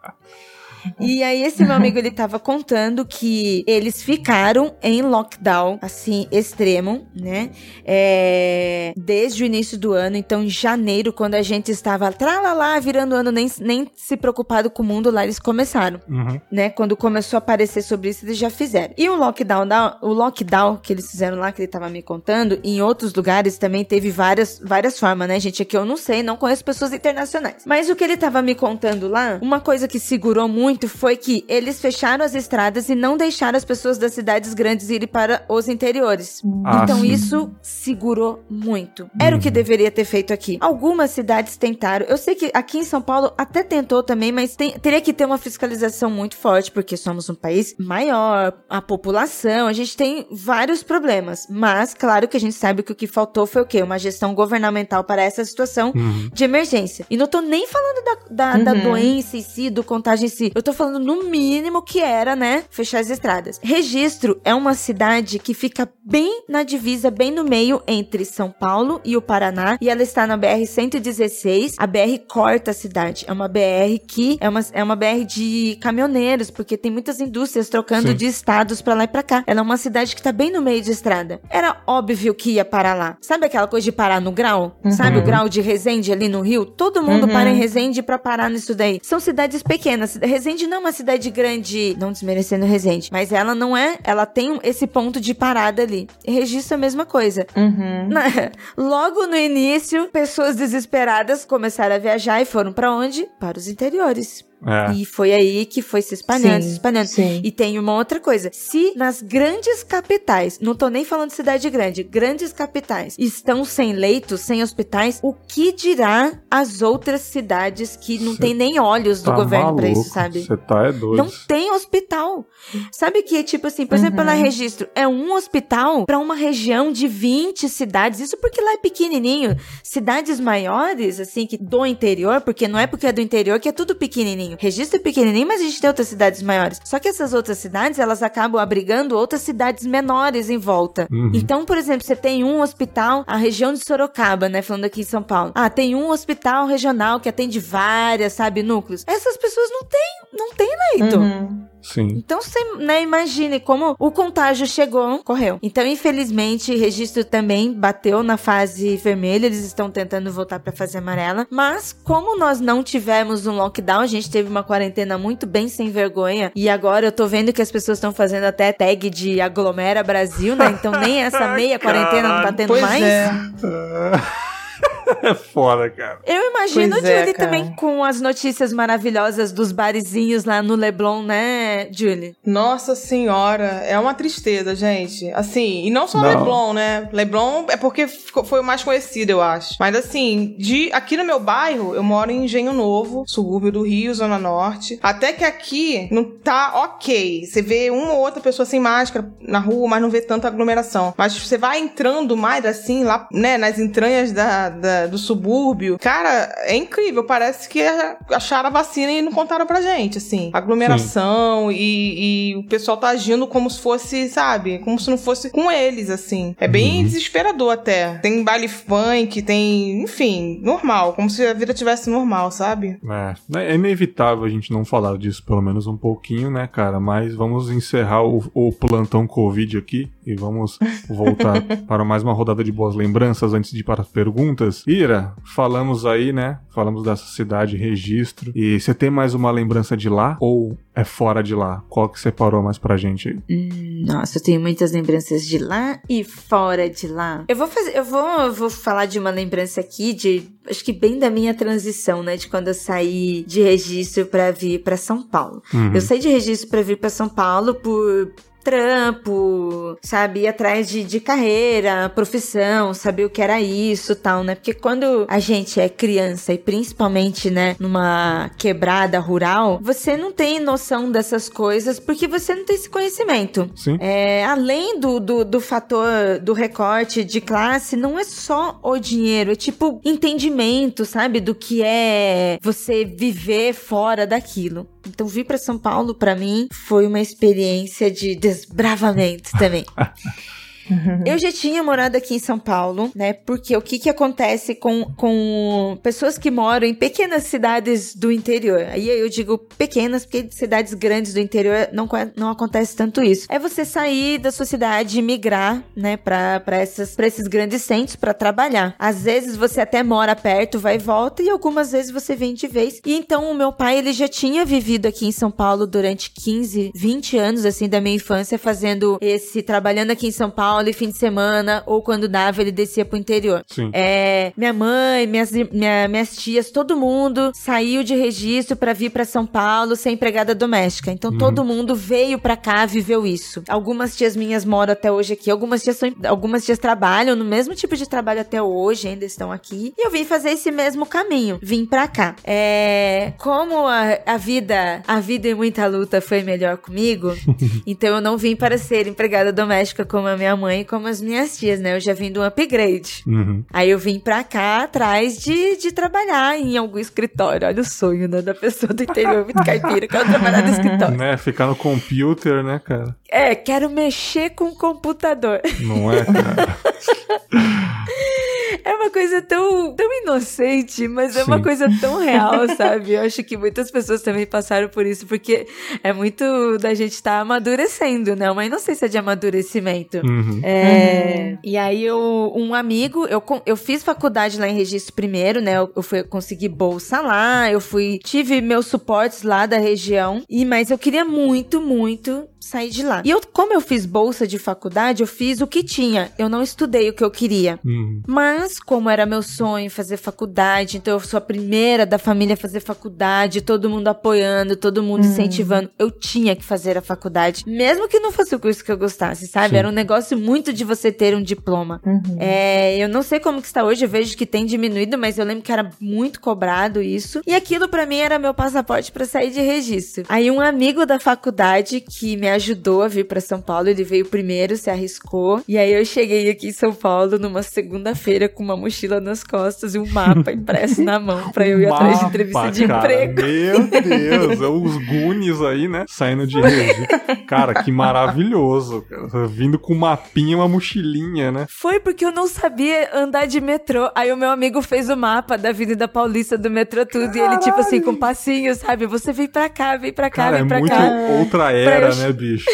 E aí esse meu amigo, ele tava contando que eles ficaram em lockdown, assim, extremo, né? É, desde o início do ano, então em janeiro, quando a gente estava tralalá, virando ano, nem, nem se preocupado com o mundo, lá eles começaram, uhum. né? Quando começou a aparecer sobre isso, eles já fizeram. E o lockdown, o lockdown que eles fizeram lá, que ele tava me contando, em outros lugares também teve várias, várias formas, né, gente? Aqui eu não sei, não conheço pessoas internacionais. Mas o que ele tava me contando lá, uma coisa que segurou muito muito foi que eles fecharam as estradas e não deixaram as pessoas das cidades grandes irem para os interiores. Ah, então sim. isso segurou muito. Era Uhum. o que deveria ter feito aqui. Algumas cidades tentaram. Eu sei que aqui em São Paulo até tentou também, mas tem, teria que ter uma fiscalização muito forte, porque somos um país maior, a população, a gente tem vários problemas. Mas, claro que a gente sabe que o que faltou foi o quê? Uma gestão governamental para essa situação Uhum. de emergência. E não tô nem falando da, da, Uhum. da doença em si, do contágio em si. Eu tô falando no mínimo que era, né? Fechar as estradas. Registro é uma cidade que fica bem na divisa, bem no meio entre São Paulo e o Paraná. E ela está na B R cento e dezesseis. A B R corta a cidade. É uma B R que é uma, é uma B R de caminhoneiros, porque tem muitas indústrias trocando Sim. de estados pra lá e pra cá. Ela é uma cidade que tá bem no meio de estrada. Era óbvio que ia parar lá. Sabe aquela coisa de parar no grau? Uhum. Sabe o grau de Resende ali no Rio? Todo mundo Uhum. para em Resende pra parar nisso daí. São cidades pequenas. Resende não é uma cidade grande, não desmerecendo Resende, mas ela não é, ela tem esse ponto de parada ali. Registro é a mesma coisa. Uhum. Na- Logo no início, pessoas desesperadas começaram a viajar e foram pra onde? Para os interiores. É. E foi aí que foi se espalhando, Sim, se espalhando. sim. E tem uma outra coisa. Se nas grandes capitais, não tô nem falando de cidade grande, grandes capitais, estão sem leitos, sem hospitais, o que dirá as outras cidades que não Cê tem nem olhos do Tá governo pra isso, maluco, sabe? Você tá é doido. Não tem hospital. Sabe que, tipo assim, por exemplo, Uhum. na Registro, é um hospital pra uma região de vinte cidades. Isso porque lá é pequenininho. Cidades maiores, assim, que do interior, porque não é porque é do interior que é tudo pequenininho. Registro é pequenininho, mas a gente tem outras cidades maiores. Só que essas outras cidades, elas acabam abrigando outras cidades menores em volta. Uhum. Então, por exemplo, você tem um hospital, a região de Sorocaba, né, falando aqui em São Paulo. Ah, tem um hospital regional que atende várias, sabe, núcleos. Essas pessoas não têm, não têm leito. Uhum. Sim. Então, você, né, imagine como o contágio chegou, correu. Então, infelizmente, Registro também bateu na fase vermelha, eles estão tentando voltar pra fase amarela, mas como nós não tivemos um lockdown, a gente teve uma quarentena muito bem sem vergonha, e agora eu tô vendo que as pessoas estão fazendo até tag de aglomera Brasil, né, então nem essa meia quarentena não tá tendo Pois mais. é. É foda, cara. Eu imagino Pois o é, Julie cara. também com as notícias maravilhosas dos barizinhos lá no Leblon, né, Julie? Nossa senhora, é uma tristeza, gente. Assim, e não só Não. Leblon, né? Leblon é porque ficou- foi o mais conhecido, eu acho. Mas assim, de aqui no meu bairro, eu moro em Engenho Novo, subúrbio do Rio, Zona Norte. Até que aqui não tá ok. Você vê uma ou outra pessoa sem máscara na rua, mas não vê tanta aglomeração. Mas você vai entrando mais assim, lá, né, nas entranhas da, da- do subúrbio. Cara, é incrível. Parece que acharam a vacina e não contaram pra gente, assim. Aglomeração e, e o pessoal tá agindo como se fosse, sabe? Como se não fosse com eles, assim. É bem Uhum. desesperador até. Tem baile funk, tem... Enfim, normal. Como se a vida tivesse normal, sabe? É, é inevitável a gente não falar disso pelo menos um pouquinho, né, cara? Mas vamos encerrar o, o plantão Covid aqui e vamos voltar para mais uma rodada de boas lembranças antes de ir para as perguntas. Ira, falamos aí, né? Falamos dessa cidade, Registro. E você tem mais uma lembrança de lá ou é fora de lá? Qual que separou mais pra gente aí? Hum, nossa, eu tenho muitas lembranças de lá e fora de lá. Eu vou fazer, eu vou, eu vou falar de uma lembrança aqui de, acho que bem da minha transição, né, de quando eu saí de Registro pra vir pra São Paulo. Uhum. Eu saí de Registro pra vir pra São Paulo por trampo, sabe, ir atrás de, de carreira, profissão, saber o que era isso, tal, né, porque quando a gente é criança e principalmente, né, numa quebrada rural, você não tem noção dessas coisas porque você não tem esse conhecimento. Sim. É, além do, do, do fator do recorte de classe, não é só o dinheiro, é tipo entendimento, sabe, do que é você viver fora daquilo. Então, vir pra São Paulo, pra mim, foi uma experiência de desbravamento também. Eu já tinha morado aqui em São Paulo, né? Porque o que que acontece com, com pessoas que moram em pequenas cidades do interior? Aí eu digo pequenas, porque cidades grandes do interior não, não acontece tanto isso. É você sair da sua cidade e migrar, né? Pra, pra, essas, pra esses grandes centros pra trabalhar. Às vezes você até mora perto, vai e volta, e algumas vezes você vem de vez. E então o meu pai, ele já tinha vivido aqui em São Paulo durante quinze, vinte anos, assim, da minha infância, fazendo esse, trabalhando aqui em São Paulo, Paulo e fim de semana, ou quando dava, ele descia pro interior. Sim. É, minha mãe, minhas, minha, minhas tias, todo mundo saiu de registro pra vir pra São Paulo ser empregada doméstica. Então uhum. todo mundo veio pra cá, viveu isso. Algumas tias minhas moram até hoje aqui, algumas tias, são, algumas tias trabalham no mesmo tipo de trabalho até hoje, ainda estão aqui. E eu vim fazer esse mesmo caminho, vim pra cá. É, como a, a vida, a vida e muita luta foi melhor comigo, então eu não vim para ser empregada doméstica como a minha mãe e como as minhas tias, né? Eu já vim do upgrade. Uhum. Aí eu vim pra cá atrás de, de trabalhar em algum escritório. Olha o sonho, né? Da pessoa do interior muito caipira, que ela trabalhar no escritório. Né? Ficar no computer, né, cara? É, quero mexer com o computador. Não é, cara? É uma coisa tão, tão inocente, mas é Sim. uma coisa tão real, sabe? Eu acho que muitas pessoas também passaram por isso, porque é muito da gente estar tá amadurecendo, né? Uma inocência de amadurecimento. Uhum. É, uhum. E aí, eu, um amigo, eu, eu fiz faculdade lá em Registro primeiro, né? Eu, eu fui conseguir bolsa lá, eu fui, tive meus suportes lá da região, e, mas eu queria muito, muito sair de lá. E eu, como eu fiz bolsa de faculdade, eu fiz o que tinha. Eu não estudei o que eu queria. Uhum. Mas, como era meu sonho fazer faculdade, então eu sou a primeira da família a fazer faculdade, todo mundo apoiando, todo mundo uhum. incentivando, eu tinha que fazer a faculdade, mesmo que não fosse o curso que eu gostasse, sabe? Sim. Era um negócio muito de você ter um diploma. Uhum. É, eu não sei como que está hoje, eu vejo que tem diminuído, mas eu lembro que era muito cobrado isso. E aquilo pra mim era meu passaporte pra sair de registro. Aí um amigo da faculdade que me ajudou a vir pra São Paulo, ele veio primeiro, se arriscou, e aí eu cheguei aqui em São Paulo numa segunda-feira com uma mochila nas costas e um mapa impresso na mão pra eu ir mapa, atrás de entrevista de cara, emprego. Meu Deus, é os Goonies aí, né? Saindo de registro. Cara, que maravilhoso. Cara. Vindo com um mapinha e uma mochilinha, né? Foi porque eu não sabia andar de metrô. Aí o meu amigo fez o mapa da Avenida Paulista do metrô tudo. Caralho. E ele, tipo assim, com passinho, sabe? Você vem pra cá, vem pra cá, cara, vem pra é muito cá. Outra era, eu... né, bicho?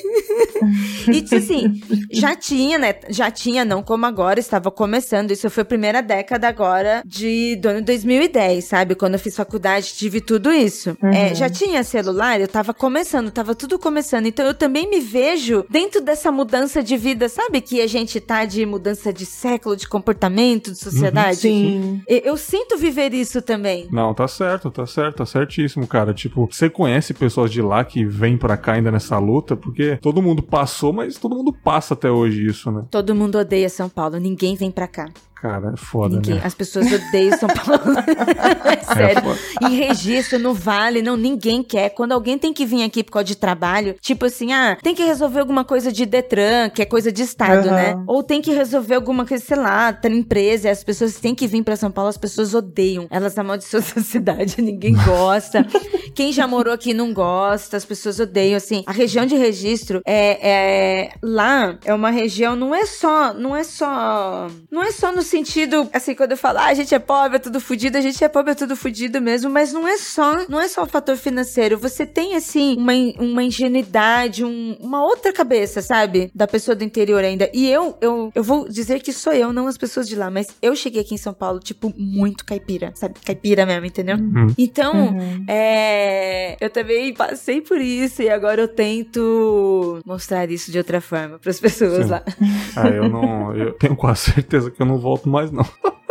E tipo assim, já tinha, né? Já tinha, não como agora, estava começando. Isso foi a primeira década agora de, do ano dois mil e dez, sabe? Quando eu fiz faculdade, tive tudo isso. Uhum. É, já tinha celular, eu tava começando, tava tudo começando. Então eu também me vejo dentro dessa mudança de vida, sabe? Que a gente tá de mudança de século, de comportamento, de sociedade. Uhum, sim. Eu, eu sinto viver isso também. Não, tá certo, tá certo, tá certíssimo, cara. Tipo, você conhece pessoas de lá que vêm pra cá ainda nessa luta? Porque todo mundo passou, mas todo mundo passa até hoje isso, né? Todo mundo odeia São Paulo, ninguém vem pra cá. Cara, é foda, ninguém. né? As pessoas odeiam São Paulo. É sério. É em registro, no Vale, não, ninguém quer. Quando alguém tem que vir aqui por causa de trabalho, tipo assim, ah, tem que resolver alguma coisa de Detran, que é coisa de Estado, uhum. né? Ou tem que resolver alguma coisa, sei lá, tem empresa, as pessoas têm que vir pra São Paulo, as pessoas odeiam. Elas amaldiçoam essa cidade, ninguém gosta. Quem já morou aqui não gosta, as pessoas odeiam, assim. A região de registro é, é lá é uma região, não é só, não é só, não é só no sentido, assim, quando eu falo, ah, a gente é pobre, é tudo fudido, a gente é pobre, é tudo fudido mesmo, mas não é só, não é só o fator financeiro. Você tem, assim, uma, uma ingenuidade, um, uma outra cabeça, sabe? Da pessoa do interior ainda. E eu, eu, eu vou dizer que sou eu, não as pessoas de lá, mas eu cheguei aqui em São Paulo, tipo, muito caipira, sabe? Caipira mesmo, entendeu? Uhum. Então, uhum. é... eu também passei por isso e agora eu tento mostrar isso de outra forma pras pessoas Sim. lá. Ah, eu não... Eu tenho quase certeza que eu não volto mais, não.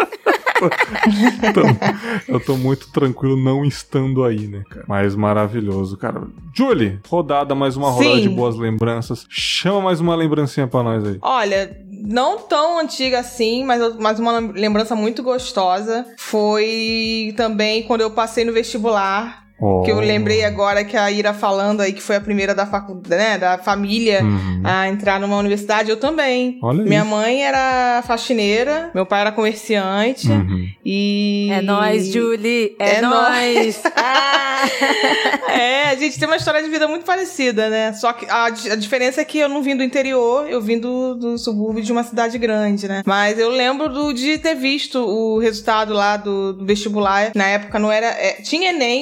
Então, eu tô muito tranquilo não estando aí, né, cara? Mas maravilhoso, cara. Julie, rodada, mais uma rodada Sim. de boas lembranças. Chama mais uma lembrancinha pra nós aí. Olha, não tão antiga assim, mas, mas uma lembrança muito gostosa. Foi também quando eu passei no vestibular. Oh. Que eu lembrei agora que a Ira falando aí que foi a primeira da faculdade, né, da família uhum. a entrar numa universidade, eu também. Olha Minha isso. mãe era faxineira, meu pai era comerciante uhum. e... É nóis, Julie! É, é nóis! Ah! É, a gente tem uma história de vida muito parecida, né? Só que a, a diferença é que eu não vim do interior, eu vim do, do subúrbio de uma cidade grande, né? Mas eu lembro do, de ter visto o resultado lá do, do vestibular. Na época não era... É, tinha Enem, mas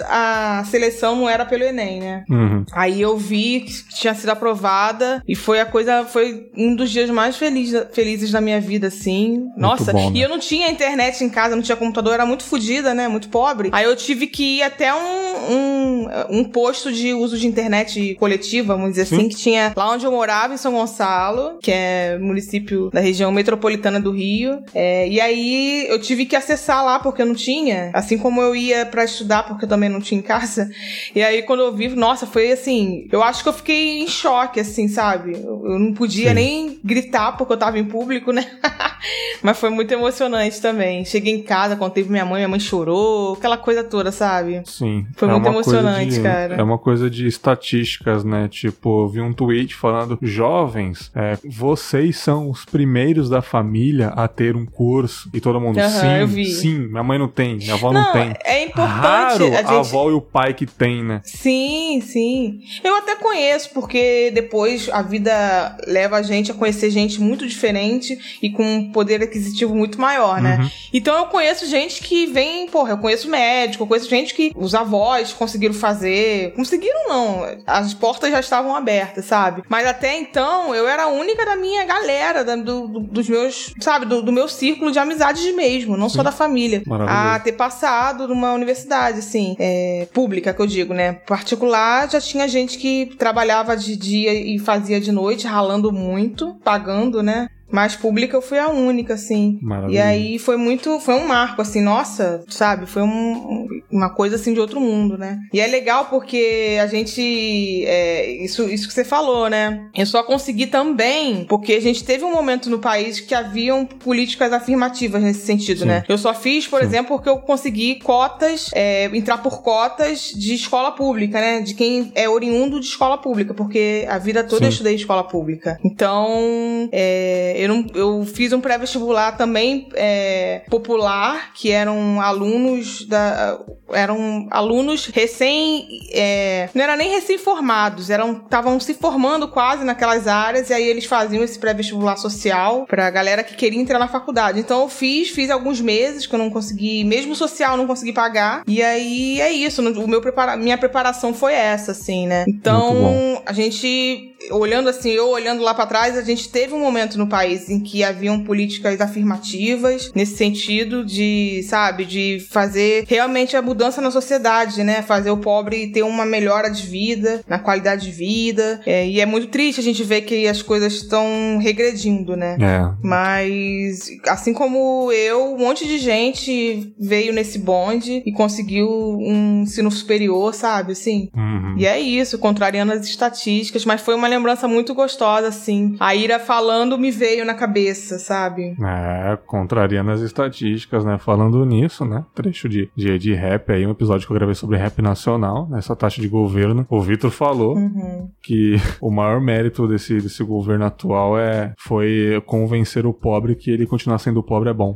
a seleção não era pelo Enem, né? Uhum. Aí eu vi que tinha sido aprovada e foi a coisa, foi um dos dias mais feliz, felizes da minha vida, assim. Muito Nossa, bom, né? E eu não tinha internet em casa, não tinha computador, era muito fodida, né? Muito pobre. Aí eu tive que ir até um, um, um posto de uso de internet coletiva, vamos dizer Sim. assim, que tinha lá onde eu morava, em São Gonçalo, que é município da região metropolitana do Rio. É, e aí eu tive que acessar lá porque eu não tinha, assim como eu ia pra estudar porque eu também não tinha em casa. E aí quando eu vi, nossa, foi assim, eu acho que eu fiquei em choque, assim, sabe? Eu, eu não podia Sim. nem gritar porque eu tava em público, né? Mas foi muito emocionante também. Cheguei em casa, contei pra minha mãe, minha mãe chorou, aquela coisa toda, sabe? Sim. Foi é muito uma coisa emocionante, de, cara. É uma coisa de estatísticas, né? Tipo, eu vi um tweet falando, jovens, é, vocês são os primeiros da família a ter um curso. E todo mundo, Uhum, sim, eu vi. sim, minha mãe não tem, minha avó não, Não, tem. é importante Raro a a, gente... avó e o pai que tem, né? Sim, sim. Eu até conheço, porque depois a vida leva a gente a conhecer gente muito diferente e com um poder aquisitivo muito maior, né? Uhum. Então eu conheço gente que vem, porra, eu conheço médico, eu conheço gente que os avós conseguiram fazer. Conseguiram não, as portas já estavam abertas, sabe? Mas até então eu era a única da minha galera, da, do, do, dos meus, sabe, do, do meu círculo de amizades mesmo, não Sim. só da família. Maravilhoso. A ter passado numa universidade, assim, é, pública, que eu digo, né? Particular, já tinha gente que trabalhava de dia e fazia de noite, ralando muito, pagando, né? Mas pública eu fui a única, assim. Maravilha. E aí foi muito... Foi um marco, assim, nossa, sabe? Foi um, uma coisa, assim, de outro mundo, né? E é legal porque a gente... É, isso, isso que você falou, né? Eu só consegui também porque a gente teve um momento no país que haviam políticas afirmativas nesse sentido, Sim. né? Eu só fiz, por Sim. exemplo, porque eu consegui cotas... É, entrar por cotas de escola pública, né? De quem é oriundo de escola pública. Porque a vida toda Sim. eu estudei escola pública. Então... É, Eu, não, eu fiz um pré-vestibular também é, popular, que eram alunos da, eram alunos recém é, não era nem recém-formados, eram estavam se formando quase naquelas áreas, e aí eles faziam esse pré-vestibular social pra galera que queria entrar na faculdade. Então eu fiz, fiz alguns meses que eu não consegui, mesmo social não consegui pagar, e aí é isso, o meu prepara, minha preparação foi essa, assim, né? Então a gente, olhando assim, eu olhando lá pra trás, a gente teve um momento no país em que haviam políticas afirmativas nesse sentido de, sabe, de fazer realmente a mudança na sociedade, né? Fazer o pobre ter uma melhora de vida, na qualidade de vida. É, e é muito triste a gente ver que as coisas estão regredindo, né? É. Mas, assim como eu, um monte de gente veio nesse bonde e conseguiu um ensino superior, sabe? Assim. Uhum. E é isso, contrariando as estatísticas, mas foi uma lembrança muito gostosa, assim. A Ira falando me veio na cabeça, sabe? É, contrariando as estatísticas, né? Falando nisso, né? Trecho de, de, de rap aí, um episódio que eu gravei sobre rap nacional, nessa taxa de governo. O Vitor falou Uhum. que o maior mérito desse, desse governo atual é, foi convencer o pobre que ele continuar sendo pobre é bom.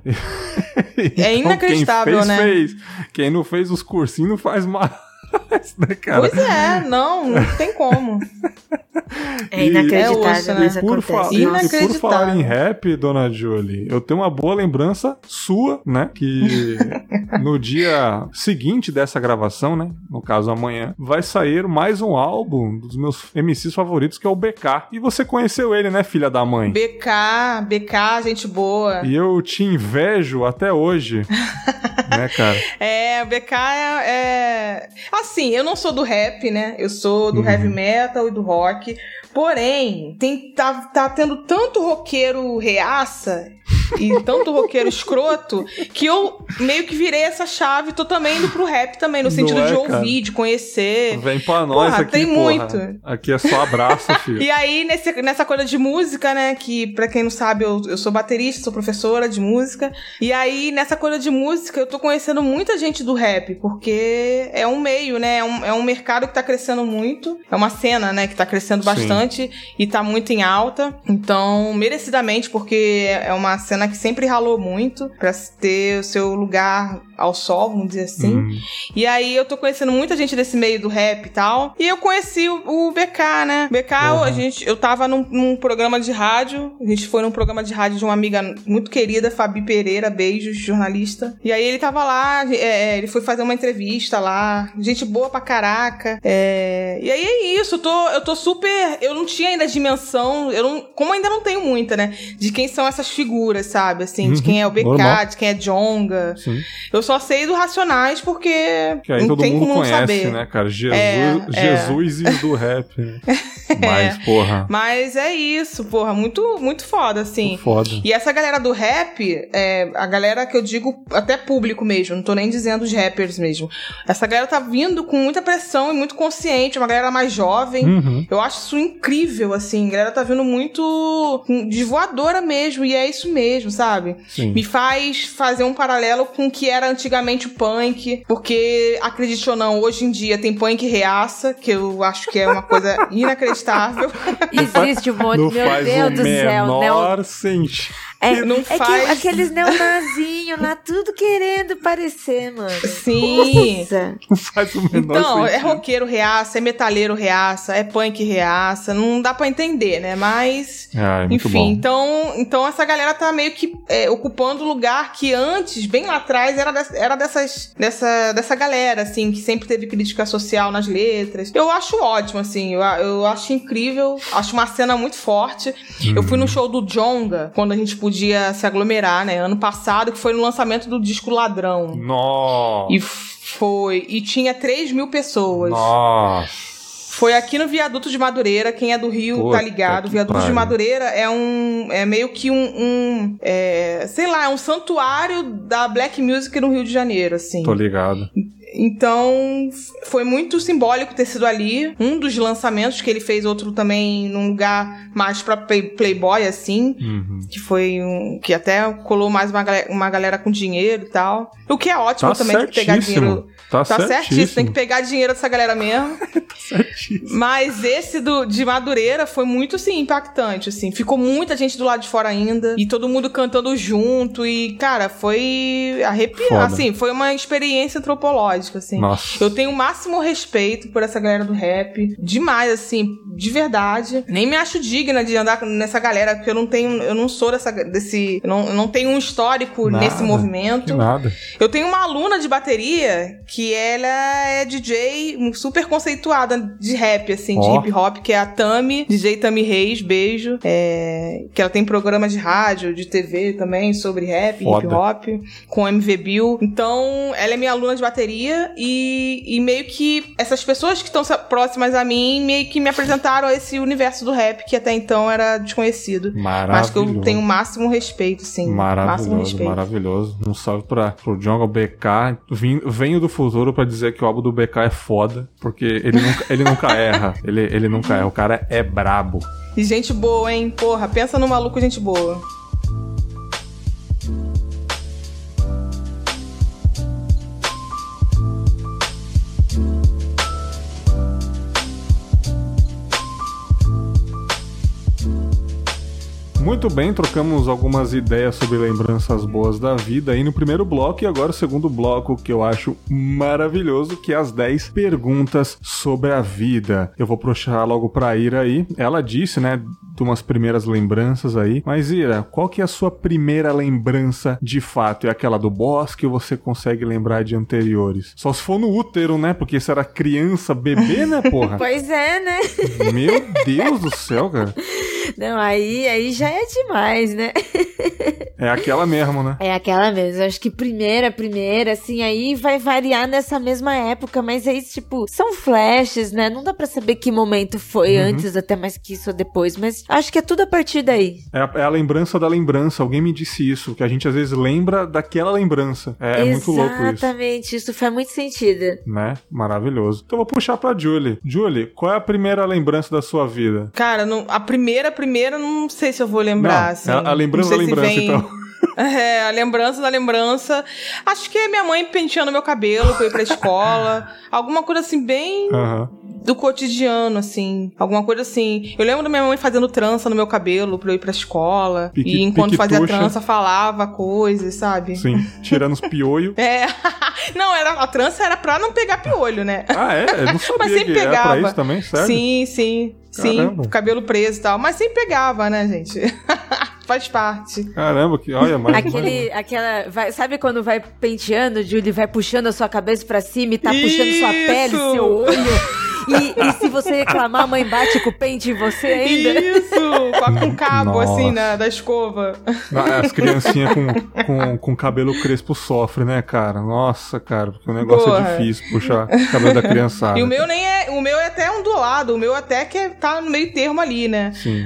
Então, É inacreditável, quem fez, né? fez. Quem não fez os cursinhos não faz mais. Né, cara? Pois é, não, não tem como. É inacreditável, É osso, né? mas E por, fa- acontece. e Inacreditável. por falar em rap, dona Julie, eu tenho uma boa lembrança sua, né? Que no dia seguinte dessa gravação, né? No caso amanhã, vai sair mais um álbum dos meus M Cs favoritos, que é o B K. E você conheceu ele, né, filha da mãe? B K, B K, gente boa. E eu te invejo até hoje, né, cara? É, o B K é, é... Assim, eu não sou do rap, né? Eu sou do Uhum. heavy metal e do rock. Porém, tem, tá, tá tendo tanto roqueiro reaça e tanto roqueiro escroto que eu meio que virei essa chave e tô também indo pro rap também, no Não sentido é, de ouvir, cara? de conhecer. Vem pra nós Porra, aqui, tem porra. muito. Aqui é só abraço, filho. E aí, nesse, nessa coisa de música, né, que pra quem não sabe, eu, eu sou baterista, sou professora de música, e aí, nessa coisa de música, eu tô conhecendo muita gente do rap, porque é um meio, né, é um, é um mercado que tá crescendo muito, é uma cena, né, que tá crescendo bastante, e tá muito em alta, então, merecidamente, porque é uma cena cena que sempre ralou muito pra ter o seu lugar ao sol, vamos dizer assim. Hum. E aí eu tô conhecendo muita gente desse meio do rap e tal. E eu conheci o, o B K, né? B K, uhum. a gente, eu tava num, num programa de rádio. A gente foi num programa de rádio de uma amiga muito querida, Fabi Pereira, beijos, jornalista. E aí ele tava lá, é, ele foi fazer uma entrevista lá. Gente boa pra caraca. É, e aí é isso, eu tô, eu tô super... Eu não tinha ainda a dimensão, eu não, como ainda não tenho muita, né? De quem são essas figuras, sabe? Assim, uhum. de quem é o B K, normal. De quem é Jonga. Sim. Eu só sei do Racionais porque que aí não todo tem mundo como conhece, saber. Né, cara? Jesus, é, Jesus é. do rap. Né? Mas, porra. Mas é isso, porra. Muito, muito foda, assim. Muito foda. E essa galera do rap, é, a galera que eu digo até público mesmo, não tô nem dizendo os rappers mesmo. Essa galera tá vindo com muita pressão e muito consciente, uma galera mais jovem. Uhum. Eu acho isso incrível, assim. A galera tá vindo muito de voadora mesmo, e é isso mesmo, sabe? Sim. Me faz fazer um paralelo com o que era antigamente o punk, porque, acredite ou não, hoje em dia tem punk reaça, que eu acho que é uma coisa inacreditável. Existe um monte, não meu faz Deus o do céu. menor Neo... sentido. É, não é faz... que aqueles neonazinhos lá, tudo querendo parecer, mano. Sim. Nossa. Não faz o menor então, sentido. É roqueiro reaça, é metaleiro reaça, é punk reaça, não dá pra entender, né? Mas, ah, é muito enfim, bom. então, então essa galera tá meio que é, ocupando o lugar que antes, bem lá atrás, era, de, era dessas, dessa, dessa galera, assim, que sempre teve crítica social nas letras. Eu acho ótimo, assim, eu, eu acho incrível, acho uma cena muito forte. Hum. Eu fui no show do Jonga, quando a gente podia se aglomerar, né? Ano passado, que foi no lançamento do disco Ladrão. Nossa! E foi. E tinha três mil pessoas. Nossa! Foi aqui no Viaduto de Madureira. Quem é do Rio Puta tá ligado. O Viaduto pare. de Madureira é um... É meio que um... um é, sei lá, é um santuário da Black Music no Rio de Janeiro, assim. Tô ligado. Então, foi muito simbólico ter sido ali. Um dos lançamentos que ele fez, outro também num lugar mais pra play, playboy, assim. Uhum. Que foi um... Que até colou mais uma galera, uma galera com dinheiro e tal. O que é ótimo tá também, tem que pegar dinheiro... Tá, tá certíssimo. certíssimo. Tem que pegar dinheiro dessa galera mesmo. Tá certíssimo. Mas esse do, de Madureira foi muito, assim, impactante, assim. Ficou muita gente do lado de fora ainda. E todo mundo cantando junto. E, cara, foi arrepiante. Assim, foi uma experiência antropológica, assim. Nossa. Eu tenho o máximo respeito por essa galera do rap. Demais, assim, de verdade. Nem me acho digna de andar nessa galera, porque eu não tenho, eu não sou dessa, desse, eu não, eu não tenho um histórico nada, nesse movimento. Que nada. Eu tenho uma aluna de bateria que ela é D J super conceituada de rap, assim, de oh. hip hop, que é a Tami, D J Tami Reis, beijo. É, que ela tem programas de rádio, de T V também, sobre rap, Foda. hip hop, com M V Bill. Então, ela é minha aluna de bateria e, e meio que essas pessoas que estão próximas a mim meio que me apresentaram a esse universo do rap que até então era desconhecido. Mas que eu tenho o máximo respeito, sim. Maravilhoso, respeito. maravilhoso. Um salve pra, pro Jonga B K. Vim, venho do futuro pra dizer que o álbum do B K é foda, porque ele nunca, ele nunca erra. Ele, ele nunca erra. O cara é brabo. E gente boa, hein? Porra, pensa no maluco gente boa. Muito bem, trocamos algumas ideias sobre lembranças boas da vida aí no primeiro bloco, e agora o segundo bloco que eu acho maravilhoso, que é as dez perguntas sobre a vida. Eu vou puxar logo pra Ira aí. Ela disse, né, de umas primeiras lembranças aí. Mas Ira, qual que é a sua primeira lembrança de fato? É aquela do bosque ou você consegue lembrar de anteriores? Só se for no útero, né? Porque você era criança, bebê, né, porra? Pois é, né? Meu Deus do céu, cara. Não, aí, aí já é demais, né? É aquela mesmo, né? É aquela mesmo. Eu acho que primeira, primeira, assim, aí vai variar nessa mesma época, mas aí, tipo, são flashes, né? Não dá pra saber que momento foi uhum. antes, até mais que isso ou depois, mas acho que é tudo a partir daí. É a, é a lembrança da lembrança. Alguém me disse isso, que a gente às vezes lembra daquela lembrança. É, é muito louco isso. Exatamente, isso faz muito sentido. Né? Maravilhoso. Então eu vou puxar pra Julie. Julie, qual é a primeira lembrança da sua vida? Cara, não, a primeira, primeira, não sei se eu vou lembrar, não, assim. A, a lembrança da lembrança, vem... então. É, a lembrança da lembrança. Acho que é minha mãe penteando meu cabelo pra eu ir pra escola. Alguma coisa assim, bem uhum. do cotidiano, assim. Alguma coisa assim. Eu lembro da minha mãe fazendo trança no meu cabelo pra eu ir pra escola. Pique, e enquanto fazia tuxa. trança, falava coisas, sabe? Sim, tirando os piolhos. É. Não, era, a trança era pra não pegar piolho, né? Ah, é? Eu não sabia. Mas sempre que pegava. Era pra isso também, sério? Sim, sim. Caramba. Sim, cabelo preso e tal. Mas sempre pegava, né, gente? Faz parte. Caramba, que olha, mais Aquele, mais... aquela, vai, sabe quando vai penteando, Julie, vai puxando a sua cabeça pra cima e tá Isso. puxando sua pele, seu olho? E, e se você reclamar, a mãe bate com o pente em você ainda? Isso! Com um cabo, Nossa. assim, na, da escova. As criancinhas com, com, com cabelo crespo sofrem, né, cara? Nossa, cara, porque o negócio Porra. é difícil puxar o cabelo da criançada. E o meu nem é... O meu é até ondulado. O meu até que tá no meio termo ali, né? Sim.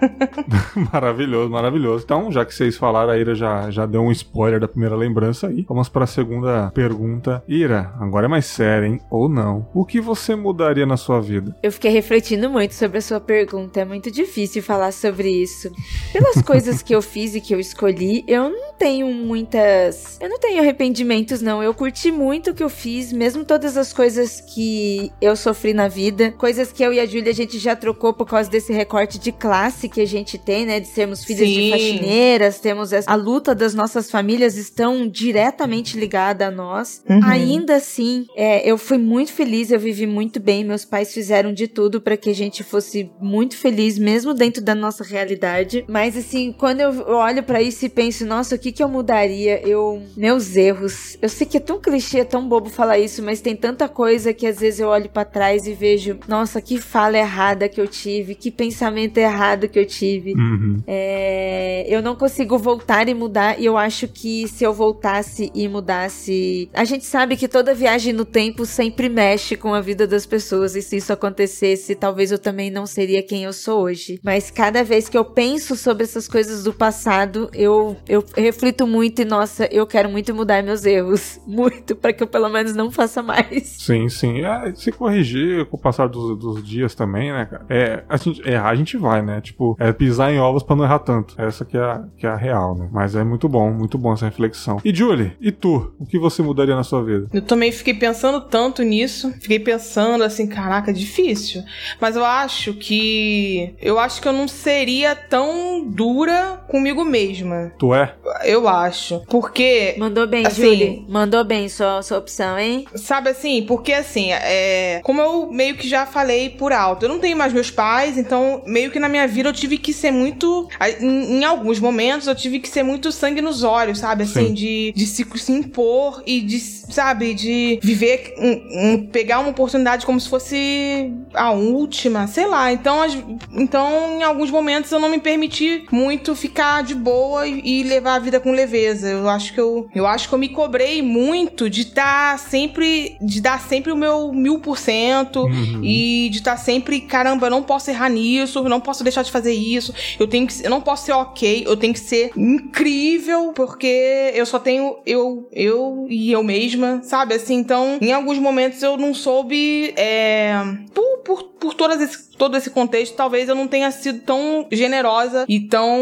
Maravilhoso, maravilhoso. Então, já que vocês falaram, a Ira já, já deu um spoiler da primeira lembrança aí. Vamos para a segunda pergunta. Ira, agora é mais sério, hein? Ou não? O que você mudaria na sua vida? Eu fiquei refletindo muito sobre a sua pergunta. É muito difícil falar sobre isso. Pelas coisas que eu fiz e que eu escolhi, eu não tenho muitas... Eu não tenho arrependimentos, não. Eu curti muito o que eu fiz, mesmo todas as coisas que eu sofri na vida. Coisas que eu e a Júlia, a gente já trocou por causa desse recorte de classe que a gente tem, né? De sermos filhas Sim. de faxineiras, temos essa... a luta das nossas famílias estão diretamente ligada a nós. Uhum. Ainda assim, é, eu fui muito feliz, eu vivi muito bem, meus pais fizeram de tudo pra que a gente fosse muito feliz, mesmo dentro da nossa realidade. Mas assim, quando eu olho pra isso e penso, nossa, o que que eu mudaria? Eu... Meus erros. Eu sei que é tão clichê, é tão bobo falar isso, mas tem tanta coisa que às vezes eu olho pra trás e vejo, nossa, que fala errada que eu tive, que pensamento errado que eu tive. Uhum. É... Eu não consigo voltar e mudar, e eu acho que se eu voltasse e mudasse... A gente sabe que toda viagem no tempo sempre mexe com a vida das pessoas, e se isso acontecesse, talvez eu também não seria quem eu sou hoje. Mas cada vez que eu penso sobre essas coisas do passado, eu, eu reflito muito e, nossa, eu quero muito mudar meus erros. Muito, para que eu pelo menos não faça mais. Sim, sim. É, se corrigir com o passar dos, dos dias também, né, cara? É, a gente, errar a gente vai, né? Tipo, é pisar em ovos pra não errar tanto. Essa que é, a, que é a real, né? Mas é muito bom, muito bom essa reflexão. E Julie, e tu? O que você mudaria na sua vida? Eu também fiquei pensando tanto nisso. Fiquei pensando assim, caraca, difícil. Mas eu acho que... Eu acho que eu não seria tão dura comigo mesma. Tu é? Eu acho. Porque... Mandou bem, assim, Julie. Mandou bem sua, sua opção, hein? Sabe assim? Porque assim, é... como eu meio que já falei por alto, eu não tenho mais meus pais, então meio que na minha vida eu tive que ser muito... Em, em alguns momentos eu tive que ser muito sangue nos olhos, sabe? Assim, Sim. de, de se, se impor e de, sabe? De viver... Um, um, pegar uma oportunidade como se fosse a última, sei lá. Então, as, então, em alguns momentos eu não me permiti muito ficar de boa e, e levar a vida com leveza. Eu acho que eu, eu acho que eu me cobrei muito de estar tá sempre, de dar sempre o meu mil por cento uhum. e de estar tá sempre, caramba, eu não posso errar nisso, eu não posso deixar de fazer isso, eu tenho que, eu não posso ser ok, eu tenho que ser incrível, porque eu só tenho eu, eu e eu mesma, sabe? Assim, então, em alguns momentos eu não soube, é, por, por, por todas esse, todo esse contexto, talvez eu não tenha sido tão generosa e tão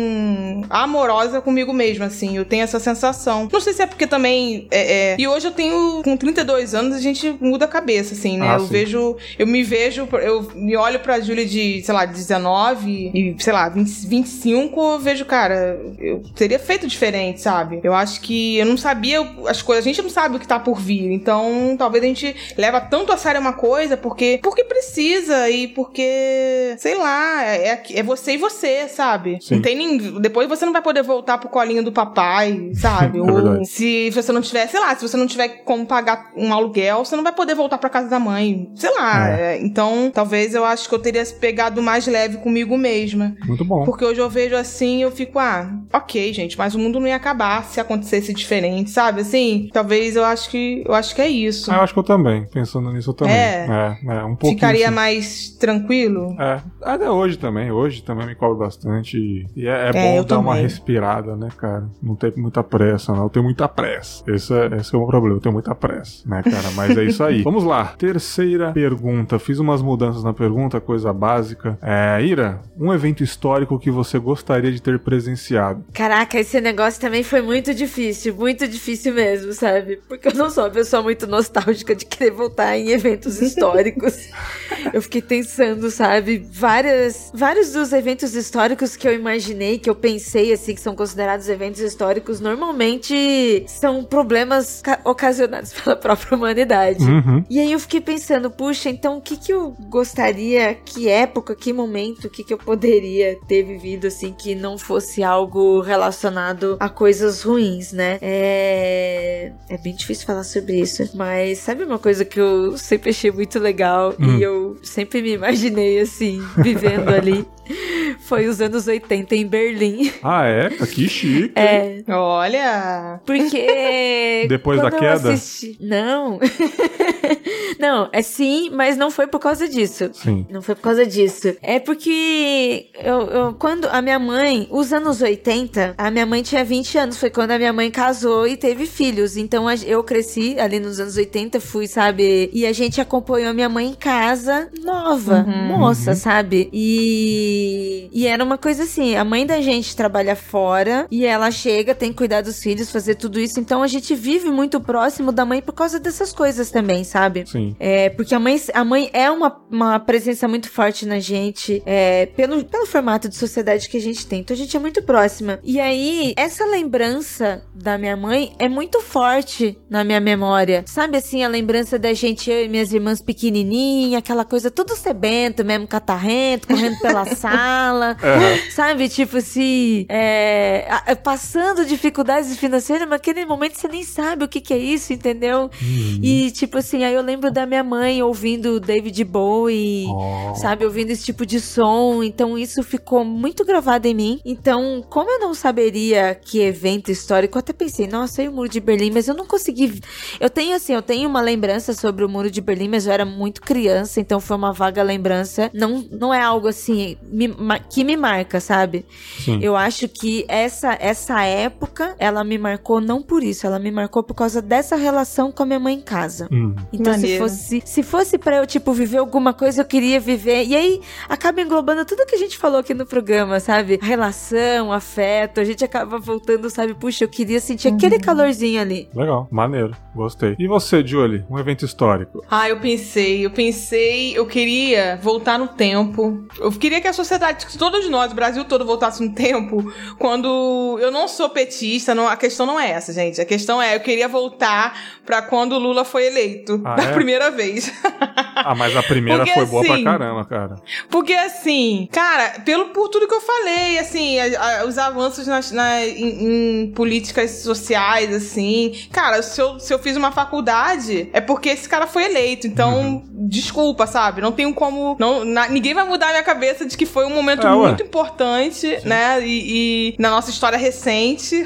amorosa comigo mesma, assim. Eu tenho essa sensação. Não sei se é porque também... É, é... E hoje eu tenho... Com trinta e dois anos, a gente muda a cabeça, assim, né? Ah, eu sim. vejo... Eu me vejo... Eu me olho pra Júlia de, sei lá, dezenove e, sei lá, vinte, vinte e cinco, eu vejo, cara, eu teria feito diferente, sabe? Eu acho que eu não sabia as coisas. A gente não sabe o que tá por vir. Então, talvez a gente leva tanto a sério uma coisa porque, porque precisa e porque, sei lá, é, é você e você, sabe? Sim. Não tem ninguém... Depois você não vai poder voltar pro colinho do papai, sabe? É Ou verdade. se você não tiver, sei lá, se você não tiver como pagar um aluguel, você não vai poder voltar pra casa da mãe. Sei lá. É. É, então, talvez eu acho que eu teria pegado mais leve comigo mesma. Muito bom. Porque hoje eu vejo assim, eu fico, ah, ok, gente, mas o mundo não ia acabar se acontecesse diferente, sabe? Assim, talvez eu acho que eu acho que é isso. Ah, eu acho que eu também, pensando nisso eu também. É. É, é um pouquinho. Ficaria assim. mais tranquilo. tranquilo. É, até hoje também, hoje também me cobro bastante e é, é, é bom dar também. Uma respirada, né, cara? Não ter muita pressa, não. Eu tenho muita pressa. Esse é, esse é o meu problema, eu tenho muita pressa, né, cara? Mas é isso aí. Vamos lá, terceira pergunta. Fiz umas mudanças na pergunta, coisa básica. É, Ira, um evento histórico que você gostaria de ter presenciado? Caraca, esse negócio também foi muito difícil, muito difícil mesmo, sabe? Porque eu não sou uma pessoa muito nostálgica de querer voltar em eventos históricos. Eu fiquei pensando, sabe? Várias, vários dos eventos históricos que eu imaginei, que eu pensei, assim, que são considerados eventos históricos, normalmente são problemas ca- ocasionados pela própria humanidade. Uhum. E aí eu fiquei pensando, puxa, então o que que eu gostaria, que época, que momento, o que que eu poderia ter vivido, assim, que não fosse algo relacionado a coisas ruins, né? É... É bem difícil falar sobre isso, mas sabe uma coisa que eu sempre achei muito legal hum. e eu sempre me imaginei, assim, vivendo ali? Foi os anos oitenta em Berlim. Ah, é? Que chique. É. Olha! Porque... Depois da queda? Assisti... Não. Não, é sim, mas não foi por causa disso. Sim. Não foi por causa disso. É porque eu, eu, quando a minha mãe, os anos oitenta, a minha mãe tinha vinte anos, foi quando a minha mãe casou e teve filhos. Então eu cresci ali nos anos oitenta, fui, sabe? E a gente acompanhou a minha mãe em casa, nova, uhum, moça, uhum. sabe? E, e era uma coisa assim, a mãe da gente trabalha fora e ela chega, tem que cuidar dos filhos, fazer tudo isso. Então a gente vive muito próximo da mãe por causa dessas coisas também, sabe? Sim. É, porque a mãe, a mãe é uma, uma presença muito forte na gente, é, pelo, pelo formato de sociedade que a gente tem. Então a gente é muito próxima. E aí, essa lembrança da minha mãe é muito forte na minha memória. Sabe assim, a lembrança da gente, eu e minhas irmãs pequenininha, aquela coisa tudo sebento mesmo, catarrento, correndo pela sala. Uhum. Sabe, tipo assim, é, passando dificuldades financeiras, mas naquele momento você nem sabe o que que é isso, entendeu? Uhum. E tipo assim, aí eu lembro da minha mãe ouvindo David Bowie, oh. sabe, ouvindo esse tipo de som, então isso ficou muito gravado em mim. Então, como eu não saberia que evento histórico, eu até pensei, nossa, e o Muro de Berlim, mas eu não consegui, eu tenho assim, eu tenho uma lembrança sobre o Muro de Berlim, mas eu era muito criança, então foi uma vaga lembrança, não, não é algo assim, me, que me marca, sabe? Sim. Eu acho que essa, essa época, ela me marcou não por isso, ela me marcou por causa dessa relação com a minha mãe em casa. Hum. Então, se fosse, se fosse pra eu, tipo, viver alguma coisa, eu queria viver. E aí, acaba englobando tudo que a gente falou aqui no programa, sabe? Relação, afeto, a gente acaba voltando, sabe? Puxa, eu queria sentir uhum. aquele calorzinho ali. Legal, maneiro, gostei. E você, Julie? Um evento histórico? Ah, eu pensei, eu pensei, eu queria voltar no tempo. Eu queria que a sociedade, que todos nós, o Brasil todo, voltasse no tempo, quando eu não sou petista, não, a questão não é essa, gente. A questão é, eu queria voltar pra quando o Lula foi eleito. Ah, da é? primeira vez. Ah, mas a primeira porque, foi boa assim, pra caramba, cara. Porque assim, cara, pelo, por tudo que eu falei, assim, a, a, os avanços nas, na, em, em políticas sociais, assim. Cara, se eu, se eu fiz uma faculdade, é porque esse cara foi eleito. Então, uhum. desculpa, sabe? Não tenho como... Não, na, ninguém vai mudar a minha cabeça de que foi um momento é, muito ué. importante, Sim. né? E, e na nossa história recente.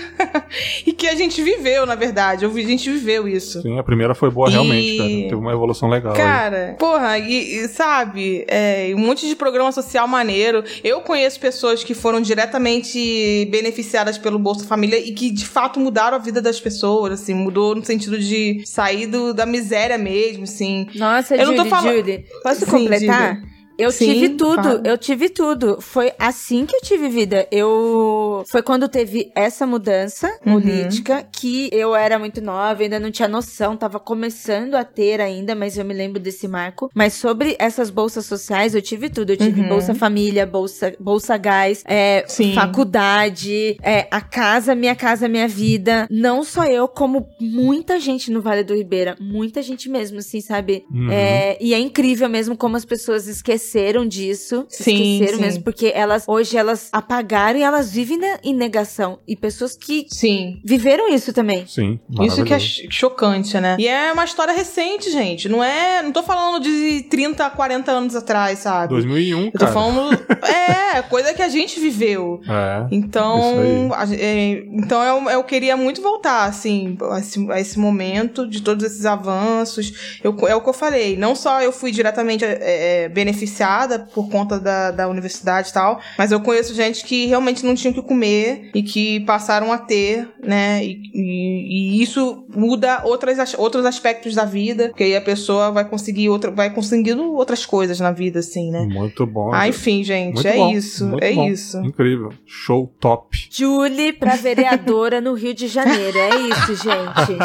E que a gente viveu, na verdade. A gente viveu isso. Sim, a primeira foi boa, e... realmente, cara. Teve uma evolução legal. Cara, aí. porra, e, e sabe, é, um monte de programa social maneiro. Eu conheço pessoas que foram diretamente beneficiadas pelo Bolsa Família e que, de fato, mudaram a vida das pessoas, assim, mudou no sentido de sair do, da miséria mesmo, assim. Nossa, eu Judy, não tô falando... Judy, posso Sim, completar? Diga. Eu Sim, tive tudo, claro. eu tive tudo. Foi assim que eu tive vida. Eu... Foi quando teve essa mudança uhum. política, que eu era muito nova, ainda não tinha noção, tava começando a ter ainda, mas eu me lembro desse marco. Mas sobre essas bolsas sociais, eu tive tudo. Eu tive uhum. Bolsa Família, Bolsa, bolsa Gás, é, faculdade, é, a casa, Minha Casa Minha Vida. Não só eu, como muita gente no Vale do Ribeira. Muita gente mesmo, assim, sabe? Uhum. É, e é incrível mesmo como as pessoas esquecem esqueceram disso, sim, esqueceram sim. mesmo, porque elas, hoje elas apagaram e elas vivem na, em negação, e pessoas que sim. viveram isso também. Sim, isso que é chocante, né? E é uma história recente, gente, não é, não tô falando de trinta, quarenta anos atrás, sabe? dois mil e um, eu cara. tô falando, é, coisa que a gente viveu. É, então, a, é, então eu, eu queria muito voltar, assim, a esse, a esse momento de todos esses avanços. Eu, é o que eu falei, não só eu fui diretamente é, beneficiada viciada por conta da, da universidade e tal, mas eu conheço gente que realmente não tinha o que comer e que passaram a ter, né, e, e, e isso muda outras, outros aspectos da vida, porque aí a pessoa vai conseguir outra, vai conseguindo outras coisas na vida, assim, né. Muito bom. Ah, enfim, gente, muito é bom, isso, é bom. isso. Incrível. Show top. Julie pra vereadora no Rio de Janeiro, é isso, gente.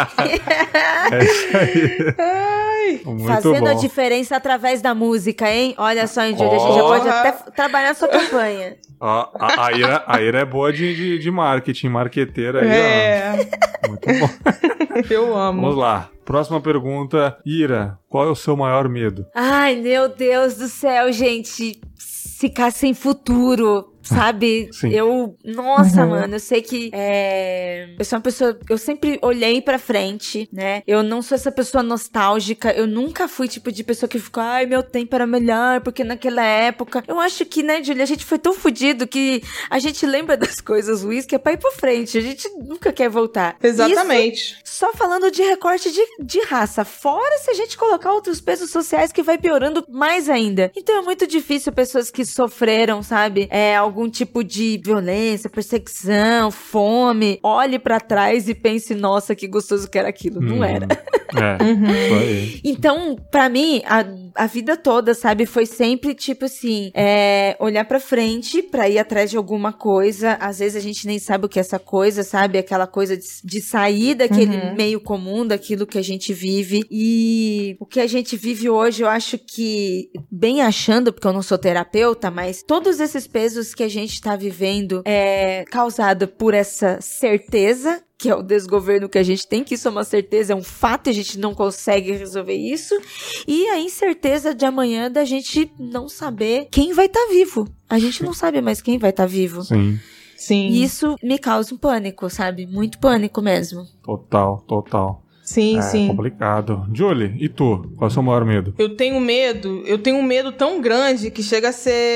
É isso aí. Ai. Muito Fazendo bom. a diferença através da música, hein? Olha só, hein, Julie, a gente já pode até trabalhar a sua campanha. Ó, a, a, Ira, a Ira é boa de, de, de marketing, marqueteira aí, É. ó. Muito bom. Eu amo. Vamos lá. Próxima pergunta. Ira, qual é o seu maior medo? Ai, meu Deus do céu, gente. Ficar sem futuro, sabe? Sim. Eu, nossa, Uhum. mano, eu sei que é, eu sou uma pessoa, eu sempre olhei pra frente, né? Eu não sou essa pessoa nostálgica, eu nunca fui tipo de pessoa que ficou, ai, meu tempo era melhor, porque naquela época, eu acho que, né, Julia, a gente foi tão fodido que a gente lembra das coisas ruins que é pra ir pra frente, a gente nunca quer voltar. Exatamente. Isso, só falando de recorte de, de raça, fora se a gente colocar outros pesos sociais que vai piorando mais ainda. Então é muito difícil pessoas que sofreram, sabe, é, algum tipo de violência, perseguição, fome, olhe pra trás e pense, nossa, que gostoso que era aquilo. Não Hum, era. É, Uhum. isso aí. Então, pra mim, a, a vida toda, sabe, foi sempre, tipo assim, é, olhar pra frente pra ir atrás de alguma coisa. Às vezes a gente nem sabe o que é essa coisa, sabe? Aquela coisa de, de sair daquele Uhum. meio comum, daquilo que a gente vive. E o que a gente vive hoje, eu acho que, bem achando, porque eu não sou terapeuta, mas todos esses pesos que a gente tá vivendo é causado por essa certeza, que é o desgoverno que a gente tem, que isso é uma certeza, é um fato, e a gente não consegue resolver isso, e a incerteza de amanhã da gente não saber quem vai estar vivo. A gente não sabe mais quem vai estar vivo. Sim, Sim. E isso me causa um pânico, sabe? Muito pânico mesmo. total, total. Sim, É sim. complicado. Julie, e tu? Qual é o seu maior medo? Eu tenho medo, eu tenho um medo tão grande que chega a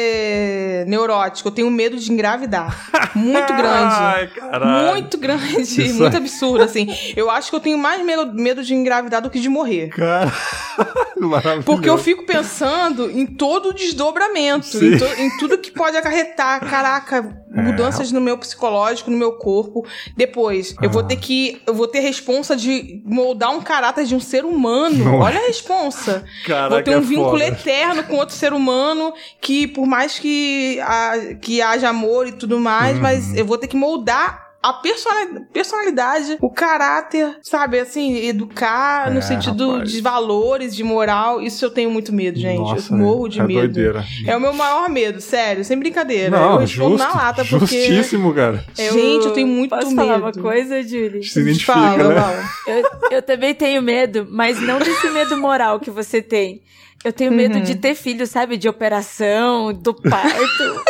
ser neurótico. Eu tenho medo de engravidar. Muito grande. Ai, caralho. Muito grande, Isso muito é- absurdo, assim. Eu acho que eu tenho mais medo, medo de engravidar do que de morrer. Cara, maravilhoso. Porque eu fico pensando em todo o desdobramento, Sim. em, to- em tudo que pode acarretar, caraca, mudanças no meu psicológico, no meu corpo. Depois, eu vou Ah. ter que, eu vou ter responsa de moldar um caráter de um ser humano. Não. Olha a responsa. Caraca, Vou ter um é vínculo foda. eterno com outro ser humano que, por mais que, a- que haja amor e tudo mais, Uhum. mas eu vou ter que moldar a personali- personalidade, o caráter, sabe, assim, educar É, no sentido rapaz. de valores, de moral. Isso eu tenho muito medo, gente. Nossa, eu morro de é medo. doideira. É o meu maior medo, sério, sem brincadeira. Não, eu respondo justo, na lata, porque... justíssimo, cara. Gente, eu tenho muito Posso medo. falar uma coisa, Julie? Se identifica, Fala, né? fala. Eu, eu também tenho medo, mas não desse medo moral que você tem. Eu tenho medo Uhum. de ter filho, sabe? De operação, do parto.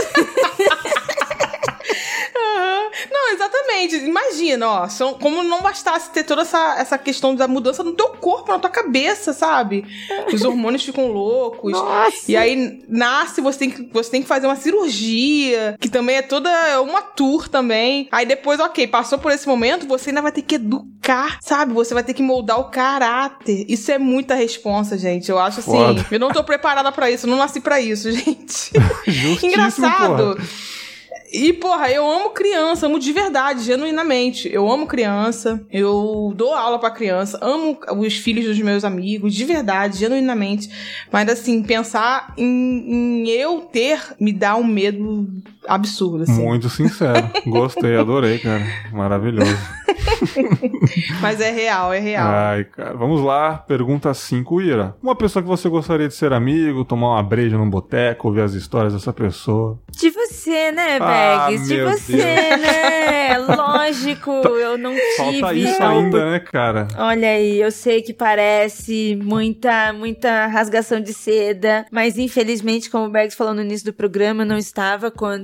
Aham. Não, exatamente. Imagina, ó, são, como não bastasse ter toda essa, essa questão da mudança no teu corpo, na tua cabeça, sabe? Os hormônios ficam loucos. Nossa! E aí nasce, você tem, que, você tem que fazer uma cirurgia, que também é toda uma tour também. Aí depois, ok, passou por esse momento, você ainda vai ter que educar, sabe? Você vai ter que moldar o caráter. Isso é muita responsa, gente. Eu acho assim, Foda. eu não tô preparada pra isso, eu não nasci pra isso, gente. Justíssimo, Engraçado. porra. E, porra, eu amo criança, amo de verdade, genuinamente. Eu amo criança, eu dou aula pra criança, amo os filhos dos meus amigos, de verdade, genuinamente. Mas, assim, pensar em, em eu ter me dá um medo absurdo, assim. Muito sincero. Gostei, adorei, cara. Maravilhoso. Mas é real, é real. Ai, cara. Vamos lá. Pergunta cinco, Ira. Uma pessoa que você gostaria de ser amigo, tomar uma breja num boteco, ouvir as histórias dessa pessoa. De você, né, Ah, Bags? De meu você, Deus. né? Lógico, eu não tive. Falta isso a ainda, né, cara? Olha aí, eu sei que parece muita, muita rasgação de seda, mas infelizmente, como o Bergs falou no início do programa, eu não estava quando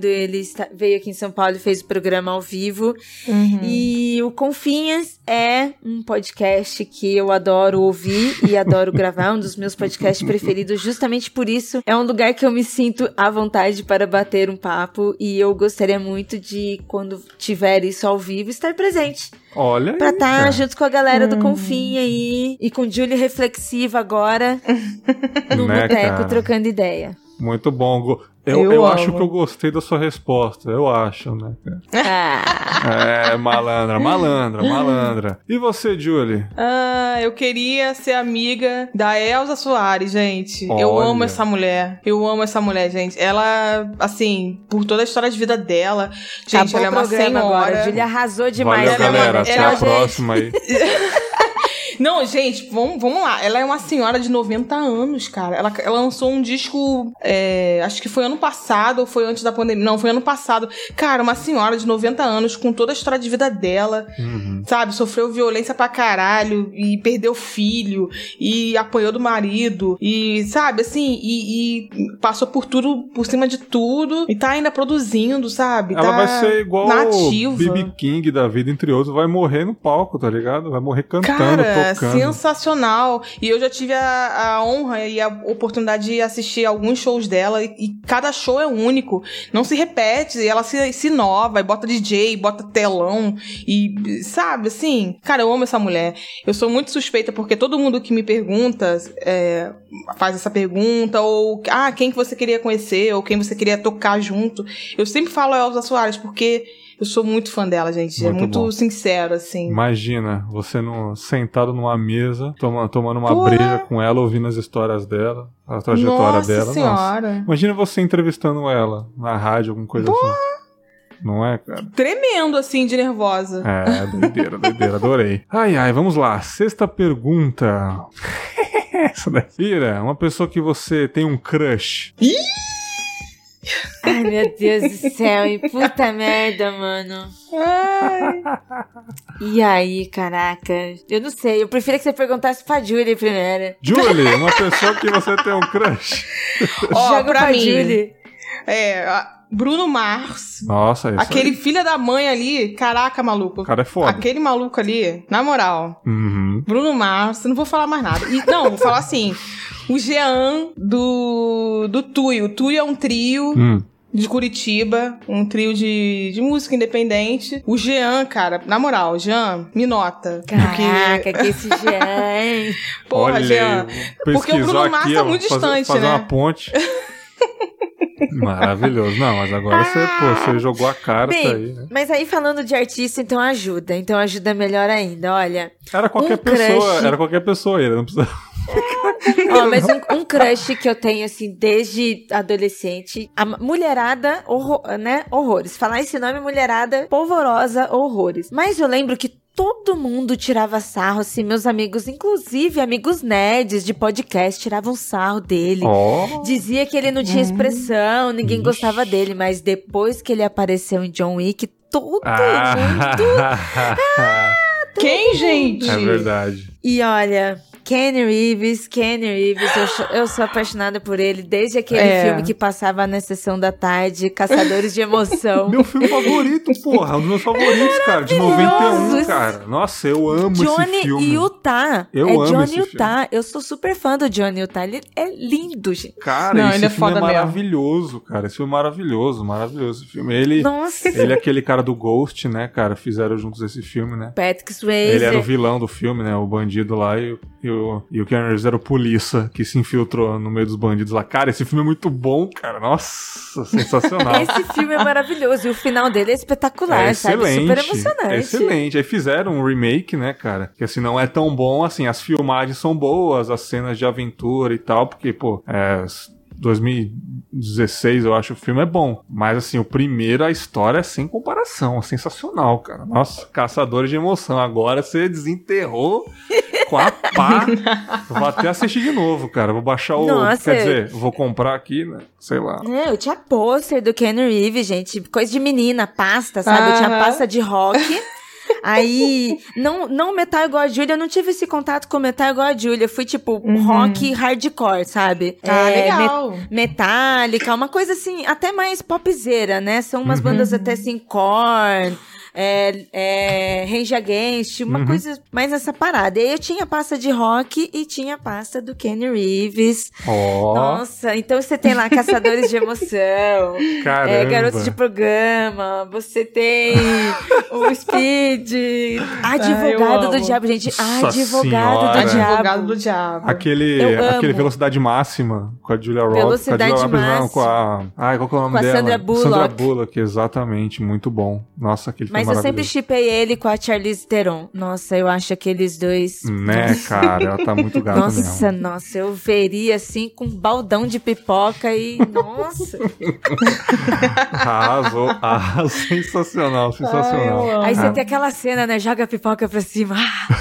ele está, veio aqui em São Paulo e fez o programa ao vivo. Uhum. E o Confinhas é um podcast que eu adoro ouvir e adoro gravar, um dos meus podcasts preferidos. Justamente por isso, é um lugar que eu me sinto à vontade para bater um papo. E eu gostaria muito de, quando tiver isso ao vivo, estar presente. Olha Pra aí, estar cara. junto com a galera do Hum. Confim aí. E com Julie reflexiva agora. No Né, boteco, cara? trocando ideia. Muito bom. Go- Eu, Eu eu amo. acho que eu gostei da sua resposta. Eu acho, né, cara? Ah, É, malandra, malandra, malandra. E você, Julie? Ah, eu queria ser amiga da Elza Soares, gente. Eu Olha. amo essa mulher. Eu amo essa mulher, gente. Ela, assim, por toda a história de vida dela. Gente, acabou ela é uma o programa senhora. agora. A Julia arrasou demais. Valeu, ela é uma- galera. Até ela a é- próxima aí. Não, gente, vamos, vamos lá. Ela é uma senhora de noventa anos, cara. Ela, ela lançou um disco, é, acho que foi ano passado, ou foi antes da pandemia. Não, foi ano passado. Cara, uma senhora de noventa anos, com toda a história de vida dela, Uhum. sabe? Sofreu violência pra caralho, e perdeu filho, e apanhou do marido, e, sabe, assim, e, e passou por tudo, por cima de tudo, e tá ainda produzindo, sabe? Ela tá vai ser igual na o ativa. B B King da vida, entre outros. Vai morrer no palco, tá ligado? Vai morrer cantando, Cara, tocando. sensacional. E eu já tive a, a honra e a oportunidade de assistir alguns shows dela. E, e cada show é único. Não se repete. E ela se, se inova. E bota D J, bota telão. E, sabe, assim... Cara, eu amo essa mulher. Eu sou muito suspeita porque todo mundo que me pergunta... É, faz essa pergunta. Ou, ah, quem que você queria conhecer? Ou quem você queria tocar junto? Eu sempre falo a Elza Soares porque... Eu sou muito fã dela, gente. Muito é muito bom. sincero, assim. Imagina, você no, sentado numa mesa, toma, tomando uma Porra. breja com ela, ouvindo as histórias dela, a trajetória Nossa dela. senhora. Nossa. Imagina você entrevistando ela na rádio, alguma coisa assim. Não é, cara? Tremendo, assim, de nervosa. É, doideira, doideira, adorei. Ai, ai, vamos lá. Sexta pergunta. Essa daqui, Ira, uma pessoa que você tem um crush. ai, meu Deus do céu, hein? Puta merda, mano. Ai. E aí, caraca? Eu não sei, eu preferia que você perguntasse pra Julie primeiro. Julie, uma pessoa que você tem um crush. Ó, Joga pra pra mim, Julie. é, a- Bruno Mars. Nossa, isso Aquele aí. filho da mãe ali, caraca, maluco. O cara é foda. Aquele maluco ali, na moral. Uhum. Bruno Mars, não vou falar mais nada. E, não, vou falar assim, o Jean do, do Tuyo. O Tuyo é um trio... Hum. de Curitiba, um trio de, de música independente. O Jean, cara, na moral, Jean, me nota. Caraca, que esse Jean, hein? Porra, Olha, Jean. eu Porque o pesquisar Bruno Mars aqui, tá ó, muito fazer- distante, fazer né? uma ponte. Maravilhoso. Não, mas agora você, pô, você jogou a carta Bem, aí, né? mas aí falando de artista, então ajuda. Então ajuda melhor ainda, olha. Era qualquer um pessoa, crush. era qualquer pessoa aí, não precisa... Ó, mas um, um crush que eu tenho, assim, desde adolescente. A mulherada, horror, né? Horrores. Falar esse nome, mulherada, polvorosa, horrores. Mas eu lembro que todo mundo tirava sarro, assim, meus amigos, inclusive amigos nerds de podcast, tiravam sarro dele. Ó. Dizia que ele não tinha expressão, ninguém Ixi. gostava dele, mas depois que ele apareceu em John Wick, todo mundo... Ah. Quem, gente? É verdade. E olha, Keanu Reeves, Keanu Reeves, eu, sou- eu sou apaixonada por ele desde aquele É. filme que passava na sessão da tarde, Caçadores de Emoção. Meu filme favorito, porra. Um dos meus favoritos, cara. De noventa e um, cara. Nossa, eu amo esse Johnny filme. Utah. Eu é amo Johnny esse Utah. Eu sou super fã do Johnny Utah. Ele é lindo, gente. Cara, Não, esse ele é filme é foda mesmo. maravilhoso, cara. Esse filme é maravilhoso, maravilhoso. Esse filme. Ele, Nossa. ele é aquele cara do Ghost, né, cara? Fizeram juntos esse filme, né? Patrick Swayze. Ele era o vilão do filme, né? O bandido lá e, o- e o, e o Keanu Reeves era o polícia que se infiltrou no meio dos bandidos lá. Cara, esse filme é muito bom, cara. Nossa, sensacional. Esse filme é maravilhoso. E o final dele é espetacular, É sabe? excelente, Super emocionante. é excelente. Aí fizeram um remake, né, cara? Que assim, não é tão bom, assim, as filmagens são boas, as cenas de aventura e tal, porque, pô, é... dois mil e dezesseis, eu acho, o filme é bom. Mas, assim, o primeiro, a história é sem comparação. Sensacional, cara. Nossa, Caçadores de Emoção. Agora você desenterrou com a pá. Vou até assistir de novo, cara. Vou baixar o... Nossa. Quer dizer, vou comprar aqui, né? Sei lá. É, eu tinha pôster do Keanu Reeves, gente. Coisa de menina, pasta, sabe? Eu tinha Aham. pasta de rock. Aí, não, não metal igual a Júlia, eu não tive esse contato com metal igual a Júlia. Eu fui, tipo, uhum. rock hardcore, sabe? Ah, é, legal. Me- Metallica, uma coisa assim, até mais popzeira, né? São umas uhum. bandas até assim, Korn... É, é, Rage Against, uma uhum. coisa mais nessa parada. E aí eu tinha pasta de rock e tinha pasta do Kenny Reeves. Oh. Nossa, então você tem lá Caçadores de Emoção, é, Garotos de Programa, você tem o Speed, Advogado ah, do Diabo, gente. Nossa Advogado senhora. do Diabo. Advogado do Diabo. Aquele, aquele Velocidade Máxima com a Julia Roberts. Velocidade com a Julia Máxima. Não, com a... Ai, qual que é o nome com dela? Com a Sandra Bullock. Sandra Bullock, exatamente. Muito bom. Nossa, aquele filme Mas eu sempre shippei ele com a Charlize Theron. Nossa, eu acho aqueles dois... Né, cara? Ela tá muito gata nossa, mesmo. Nossa, nossa, eu veria assim com um baldão de pipoca e... Nossa! Arrasou, arrasou. Sensacional, sensacional. Ai, aí você tem aquela cena, né? Joga a pipoca pra cima.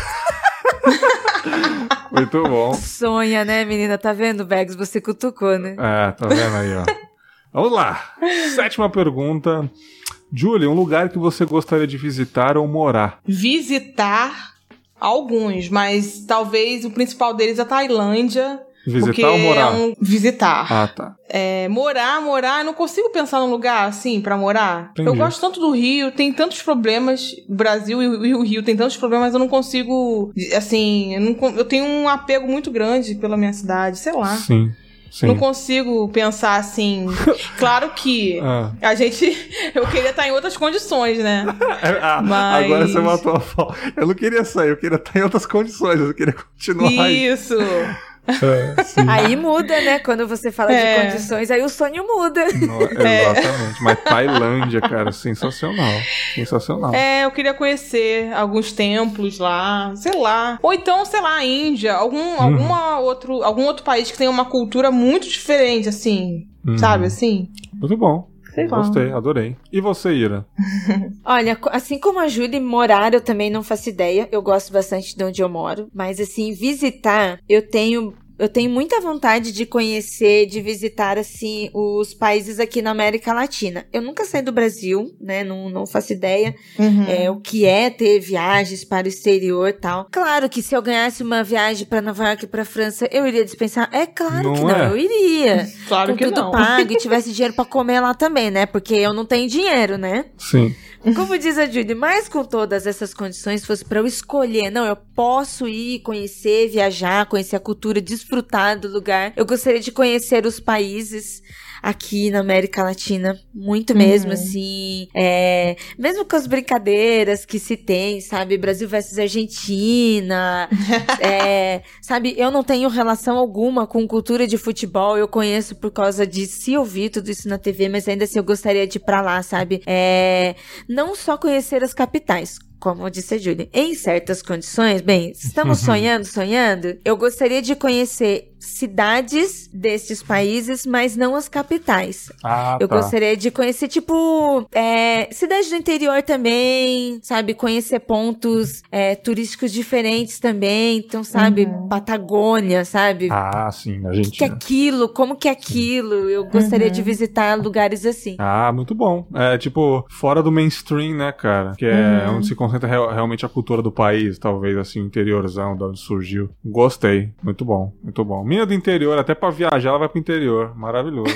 Muito bom. Sonha, né, menina? Tá vendo, Bags? Você cutucou, né? É, tá vendo aí, ó. Vamos lá. Sétima pergunta. Julia, um lugar que você gostaria de visitar ou morar? Visitar alguns, mas talvez o principal deles é a Tailândia. Visitar ou morar? É um... Visitar. Ah, tá. É, morar, morar, eu não consigo pensar num lugar assim pra morar. Entendi. Eu gosto tanto do Rio, tem tantos problemas. O Brasil e o Rio tem tantos problemas, eu não consigo. Assim, eu, não, eu tenho um apego muito grande pela minha cidade, sei lá. Sim. Sim. Não consigo pensar assim. Claro que ah. a gente... Eu queria estar em outras condições, né? ah, Mas... Agora você matou a pau. Eu não queria sair, eu queria estar em outras condições. Eu queria continuar Isso. Aí. É, aí muda, né? Quando você fala é. de condições, aí o sonho muda. Não, exatamente. É. Mas Tailândia, cara, sensacional. Sensacional. É, eu queria conhecer alguns templos lá, sei lá. Ou então, sei lá, a Índia, algum, hum. alguma outro, algum outro país que tenha uma cultura muito diferente, assim. Hum. Sabe, assim? Muito bom. Gostei, adorei. E você, Ira? Olha, assim como a Júlia, morar eu também não faço ideia. Eu gosto bastante de onde eu moro. Mas, assim, visitar, eu tenho... Eu tenho muita vontade de conhecer, de visitar, assim, os países aqui na América Latina. Eu nunca saí do Brasil, né? Não, não faço ideia uhum. é, o que é ter viagens para o exterior e tal. Claro que se eu ganhasse uma viagem para Nova York e para França, eu iria dispensar. É claro não que não, é. eu iria. Claro com que tudo não. pago e tivesse dinheiro para comer lá também, né? Porque eu não tenho dinheiro, né? Sim. Como diz a Judy, mas com todas essas condições, fosse pra eu escolher, não, eu posso ir, conhecer, viajar, conhecer a cultura, desfrutar do lugar. Eu gostaria de conhecer os países aqui na América Latina, muito mesmo, uhum. assim, é, mesmo com as brincadeiras que se tem, sabe, Brasil versus Argentina, é, sabe, eu não tenho relação alguma com cultura de futebol, eu conheço por causa de se ouvir tudo isso na T V, mas ainda assim eu gostaria de ir pra lá, sabe, é, não só conhecer as capitais, como disse a Júlia, em certas condições, bem, estamos sonhando, sonhando, eu gostaria de conhecer cidades destes países, mas não as capitais. Ah, eu tá. gostaria de conhecer, tipo, é, cidades do interior também, sabe? Conhecer pontos é, turísticos diferentes também. Então, sabe? Uhum. Patagônia, sabe? Ah, sim. A gente... O que é aquilo? Como que é aquilo? Eu gostaria uhum. de visitar lugares assim. Ah, muito bom. É, tipo, fora do mainstream, né, cara? Que é uhum. onde se concentra real, realmente a cultura do país, talvez, assim, interiorzão, de onde surgiu. Gostei. Muito bom, muito bom. Minha do interior, até pra viajar, ela vai pro interior. Maravilhoso.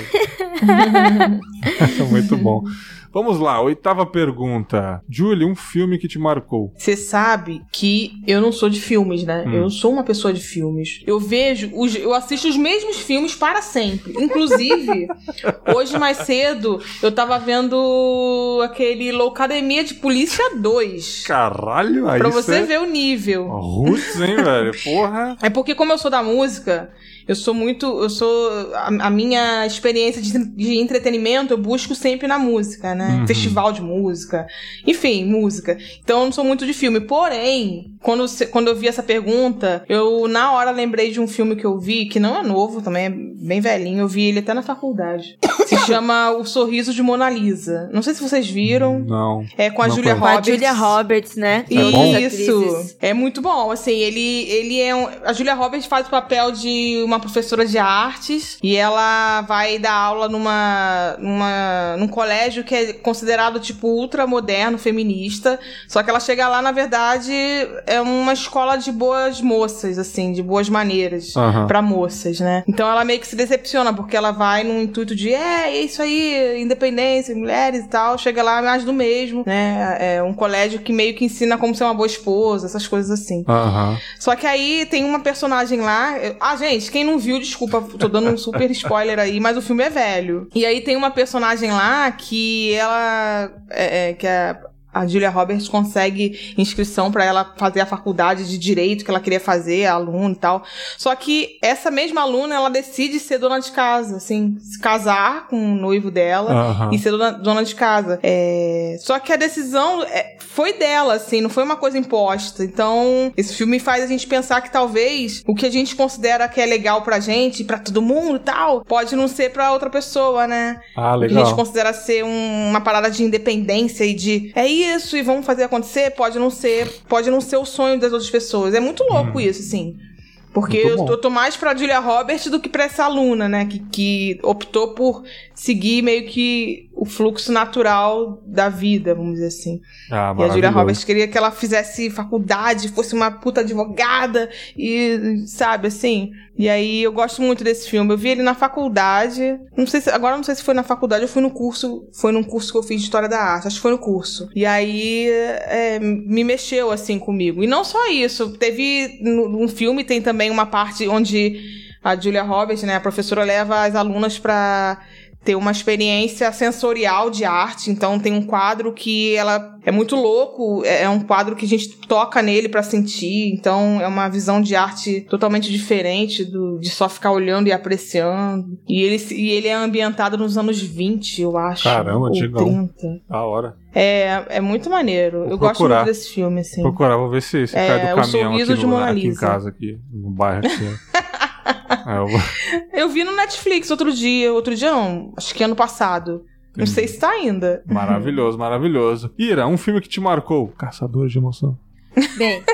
Muito bom. Vamos lá, oitava pergunta. Julie, um filme que te marcou. Você sabe que eu não sou de filmes, né? Hum. Eu sou uma pessoa de filmes. Eu vejo, os, eu assisto os mesmos filmes para sempre. Inclusive, hoje mais cedo, eu tava vendo aquele Loucademia de Polícia dois. Caralho, aí pra você cê... ver o nível. Roots, hein, velho? Porra. É porque como eu sou da música... Eu sou muito... Eu sou... A, a minha experiência de, de entretenimento eu busco sempre na música, né? Uhum. Festival de música. Enfim, música. Então eu não sou muito de filme. Porém, quando, quando eu vi essa pergunta, eu na hora lembrei de um filme que eu vi, que não é novo, também é bem velhinho, eu vi ele até na faculdade. Se chama O Sorriso de Mona Lisa. Não sei se vocês viram. Não. É com a não Julia foi. Roberts. Com a Julia Roberts, né? Isso. É muito bom. Assim, ele, ele é um... A Julia Roberts faz o papel de uma professora de artes e ela vai dar aula numa, numa, num colégio que é considerado, tipo, ultramoderno, feminista. Só que ela chega lá, na verdade, é uma escola de boas moças, assim, de boas maneiras uhum. pra moças, né? Então ela meio que se decepciona, porque ela vai num intuito de, é, é isso aí, independência, mulheres e tal. Chega lá, mais do mesmo, né? É um colégio que meio que ensina como ser uma boa esposa, essas coisas assim. Uhum. Só que aí tem uma personagem lá... Ah, gente, quem não viu, desculpa, tô dando um super spoiler aí, mas o filme é velho. E aí tem uma personagem lá que ela... É, é, que é... A Julia Roberts consegue inscrição pra ela fazer a faculdade de direito que ela queria fazer, a aluna e tal. Só que essa mesma aluna, ela decide ser dona de casa, assim, se casar com o noivo dela uhum. e ser dona, dona de casa. É... Só que a decisão é, foi dela, assim, não foi uma coisa imposta. Então, esse filme faz a gente pensar que talvez o que a gente considera que é legal pra gente, pra todo mundo e tal, pode não ser pra outra pessoa, né? Ah, legal. O que a gente considera ser um, uma parada de independência e de... É isso. isso e vamos fazer acontecer, pode não ser, pode não ser o sonho das outras pessoas. É muito louco hum. isso, assim. Porque eu tô, eu tô mais pra Julia Roberts do que pra essa aluna, né? Que, que optou por seguir meio que o fluxo natural da vida, vamos dizer assim. Ah, e a Julia Roberts queria que ela fizesse faculdade, fosse uma puta advogada e, sabe, assim. E aí eu gosto muito desse filme. Eu vi ele na faculdade. Não sei se, agora não sei se foi na faculdade ou foi no curso. Foi num curso que eu fiz de História da Arte. Acho que foi no curso. E aí é, me mexeu, assim, comigo. E não só isso. Teve um filme, tem também uma parte onde a Julia Roberts, né, a professora, leva as alunas pra ter uma experiência sensorial de arte. Então tem um quadro que ela é muito louco, é um quadro que a gente toca nele pra sentir, então é uma visão de arte totalmente diferente do, de só ficar olhando e apreciando. E ele, e ele é ambientado nos anos vinte, eu acho. Caramba, ou trinta. Da hora. É, é muito maneiro. Vou eu procurar. gosto muito desse filme, assim. Vou procurar, vou ver se, se é, cai do caminhão aqui, de no, Mona aqui em Lisa. casa, aqui, no bairro aqui. é, eu, vou... eu vi no Netflix outro dia, outro dia não, acho que ano passado. Não sei se tá ainda. Maravilhoso, maravilhoso. Ira, um filme que te marcou? Caçador de Emoção. Bem,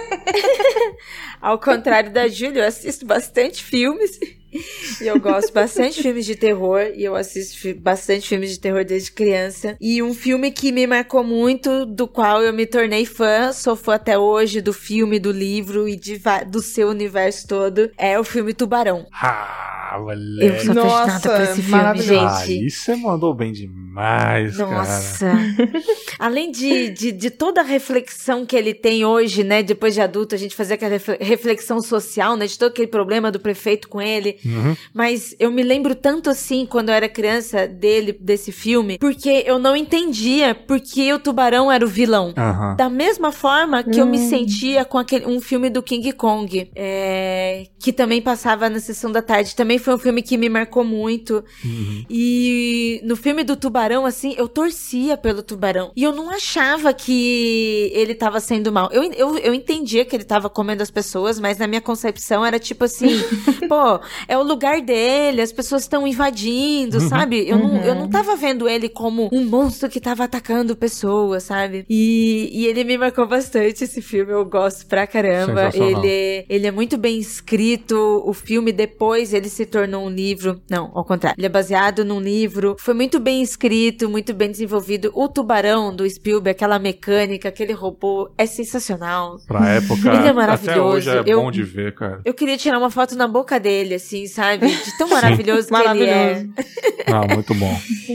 ao contrário da Júlia, eu assisto bastante filmes. E eu gosto bastante de filmes de terror. E eu assisto fi- bastante filmes de terror desde criança. E um filme que me marcou muito, do qual eu me tornei fã, sou fã até hoje do filme, do livro e de va- do seu universo todo, é o filme Tubarão. Ah, moleque. Eu sou apaixonada Nossa, por esse filme, maravilhoso. Ah, gente. isso você mandou bem demais, Nossa. cara. Além de, de, de toda a reflexão que ele tem hoje, né, depois de adulto, a gente fazer aquela reflexão social, né, de todo aquele problema do prefeito com ele. Uhum. Mas eu me lembro tanto assim, quando eu era criança, dele, desse filme, porque eu não entendia porque o tubarão era o vilão. Uhum. Da mesma forma que hum. eu me sentia com aquele, um filme do King Kong, é, que também passava na sessão da tarde. Também foi um filme que me marcou muito. Uhum. E no filme do tubarão, assim, eu torcia pelo tubarão. E eu não achava que ele tava sendo mal. Eu, eu, eu entendia que ele tava comendo as pessoas, mas na minha concepção era tipo assim, pô, é o lugar dele, as pessoas estão invadindo, uhum. sabe? Eu, uhum. não, eu não tava vendo ele como um monstro que tava atacando pessoas, sabe? E, e ele me marcou bastante, esse filme, eu gosto pra caramba. Ele, ele é muito bem escrito, o filme depois ele se tornou um livro, não, ao contrário, ele é baseado num livro, foi muito bem escrito, muito bem desenvolvido. O Tubarão do Spielberg, aquela mecânica, aquele robô, é sensacional. Pra época, ele é maravilhoso. Até hoje é eu, bom de ver, cara. Eu queria tirar uma foto na boca dele, assim, sabe? De tão maravilhoso que maravilhoso. ele é. Ah, muito bom.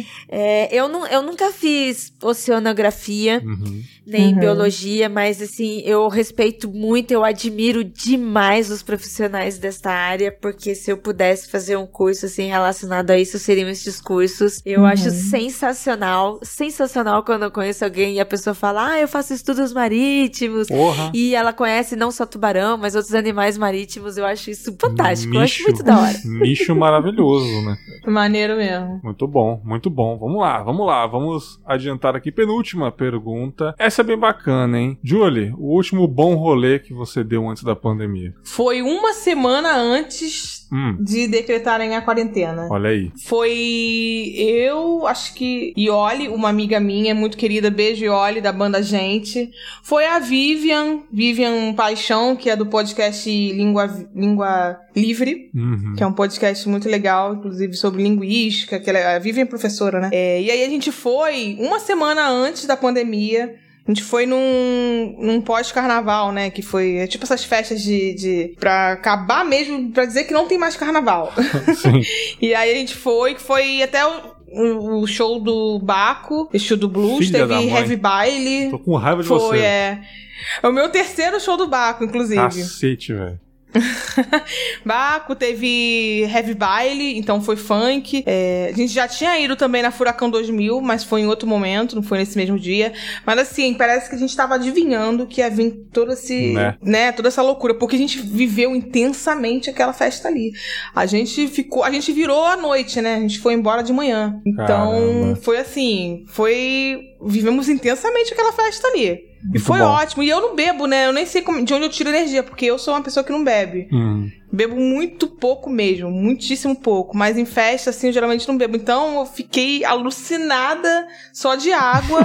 É, eu, não, eu nunca fiz oceanografia, uhum. nem uhum. biologia, mas assim, eu respeito muito, eu admiro demais os profissionais desta área, porque se eu pudesse fazer um curso assim relacionado a isso, seriam esses cursos. Eu uhum. acho sensacional, sensacional quando eu conheço alguém e a pessoa fala, ah, eu faço estudos marítimos, Porra. E ela conhece não só tubarão, mas outros animais marítimos. Eu acho isso fantástico, Nicho, eu acho muito da hora. Nicho maravilhoso, né? Maneiro mesmo. Muito bom, muito muito bom. Vamos lá, vamos lá. Vamos adiantar aqui. Penúltima pergunta. Essa é bem bacana, hein? Julie, o último bom rolê que você deu antes da pandemia? Foi uma semana antes hum. de decretarem a quarentena. Olha aí. Foi eu, acho que Ioli, uma amiga minha, muito querida, beijo Ioli, da banda Gente. Foi a Vivian, Vivian Paixão, que é do podcast Língua, Língua Livre, uhum. que é um podcast muito legal, inclusive sobre linguística, que ela é a Vivian é professora, né? É, e aí a gente foi uma semana antes da pandemia. A gente foi num, num pós-carnaval, né? Que foi é tipo essas festas de, de... pra acabar mesmo, pra dizer que não tem mais carnaval. Sim. E aí a gente foi, que foi até o, o show do Baco, o show do Blues, Filha teve Heavy Baile. Tô com raiva de foi, você. Foi, é. É o meu terceiro show do Baco, inclusive. Cacete, velho. Baco, teve Heavy Baile, então foi funk. É, a gente já tinha ido também na Furacão dois mil, mas foi em outro momento, não foi nesse mesmo dia. Mas assim, parece que a gente tava adivinhando que ia vir todo esse, né? né, toda essa loucura, porque a gente viveu intensamente aquela festa ali. A gente ficou, a gente virou à noite, né? A gente foi embora de manhã. Então, Caramba. foi assim, foi vivemos intensamente aquela festa ali. Muito e foi bom. ótimo. E eu não bebo, né? Eu nem sei como, de onde eu tiro energia, porque eu sou uma pessoa que não bebe. Hum. Bebo muito pouco mesmo, muitíssimo pouco. Mas em festa, assim, eu geralmente não bebo. Então, eu fiquei alucinada só de água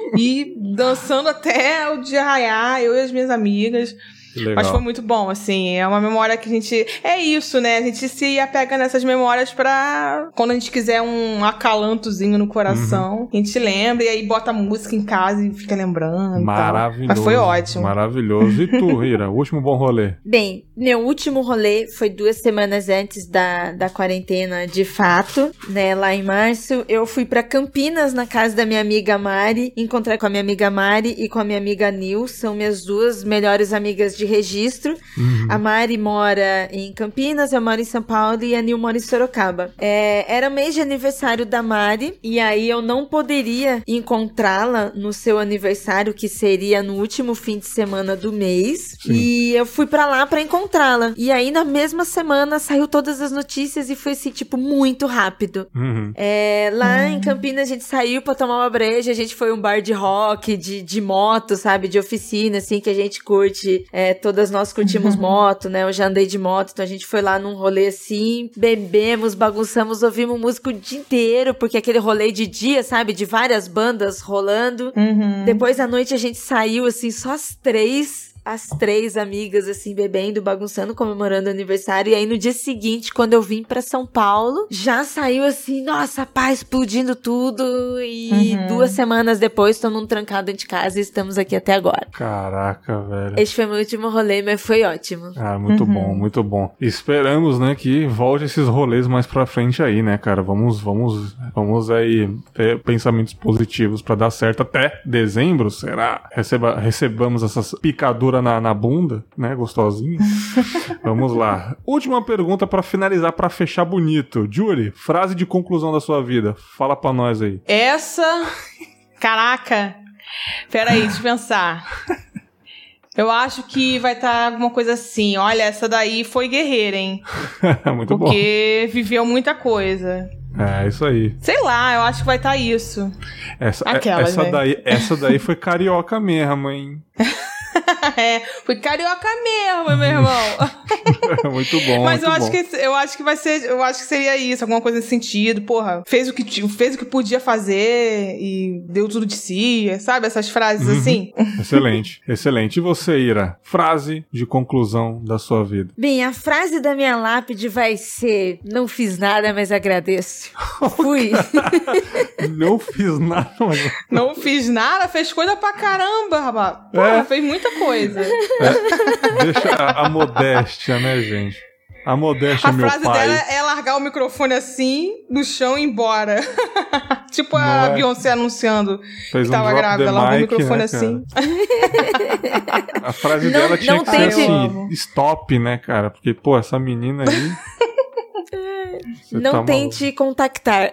e dançando até o dia raiar, eu e as minhas amigas. Mas foi muito bom, assim, é uma memória que a gente... É isso, né? A gente se apega nessas memórias pra... Quando a gente quiser um acalantozinho no coração, uhum. a gente lembra e aí bota música em casa e fica lembrando. Maravilhoso. Mas foi ótimo. Maravilhoso. E tu, Ira, o último bom rolê? Bem, meu último rolê foi duas semanas antes da, da quarentena, de fato, né? Lá em março, eu fui pra Campinas, na casa da minha amiga Mari, encontrar com a minha amiga Mari e com a minha amiga Nil, são minhas duas melhores amigas de registro. Uhum. A Mari mora em Campinas, eu moro em São Paulo e a Nil mora em Sorocaba. É, era mês de aniversário da Mari e aí eu não poderia encontrá-la no seu aniversário, que seria no último fim de semana do mês. Sim. E eu fui pra lá pra encontrá-la. E aí na mesma semana saiu todas as notícias e foi assim, tipo, muito rápido. Uhum. É, lá uhum. em Campinas a gente saiu pra tomar uma breja, a gente foi um bar de rock, de, de moto, sabe? De oficina, assim, que a gente curte. É, todas nós curtimos uhum. moto, né? Eu já andei de moto, então a gente foi lá num rolê assim, bebemos, bagunçamos, ouvimos música o dia inteiro, porque aquele rolê de dia, sabe? De várias bandas rolando. Uhum. Depois à noite a gente saiu, assim, só as três... As três amigas, assim, bebendo, bagunçando, comemorando o aniversário. E aí, no dia seguinte, quando eu vim pra São Paulo, já saiu assim, nossa, pá, explodindo tudo. E uhum. duas semanas depois, todo mundo trancado dentro de casa e estamos aqui até agora. Caraca, velho. Esse foi meu último rolê, mas foi ótimo. Ah, muito uhum. bom, muito bom. Esperamos, né, que volte esses rolês mais pra frente aí, né, cara? Vamos, vamos, vamos aí ter pensamentos positivos pra dar certo até dezembro, será? Receba, recebamos essas picaduras Na, na bunda, né, gostosinho. Vamos lá. Última pergunta pra finalizar, pra fechar bonito. Julie, frase de conclusão da sua vida. Fala pra nós aí. Essa... Caraca. Peraí, deixa eu pensar. Eu acho que vai estar tá alguma coisa assim. Olha, essa daí foi guerreira, hein? Muito bom. Porque viveu muita coisa. É, isso aí. Sei lá, eu acho que vai estar tá isso. Essa, Aquelas, essa, né? daí, essa daí foi carioca mesmo, hein? É, foi carioca mesmo, meu irmão. Muito bom. Mas muito eu acho bom. que eu acho que vai ser, eu acho que seria isso, alguma coisa nesse sentido. Porra, fez o que fez o que podia fazer e deu tudo de si, sabe? Essas frases uhum. assim. Excelente, excelente. E você, Ira? Frase de conclusão da sua vida. Bem, a frase da minha lápide vai ser: não fiz nada, mas agradeço. Fui. Não fiz nada, mas... Não fiz nada, fez coisa pra caramba, rapaz. Porra, é. fez muita coisa. É. Deixa a, a modéstia, né, gente? A modéstia, a meu pai. A frase dela é largar o microfone assim, no chão e ir embora. Tipo a é? Beyoncé anunciando Fez que tava um grávida. Ela largou o microfone, né, assim. A frase não, dela tinha que ser assim, stop, né, cara? Porque, pô, essa menina aí... Você não tá tente maluco. Contactar.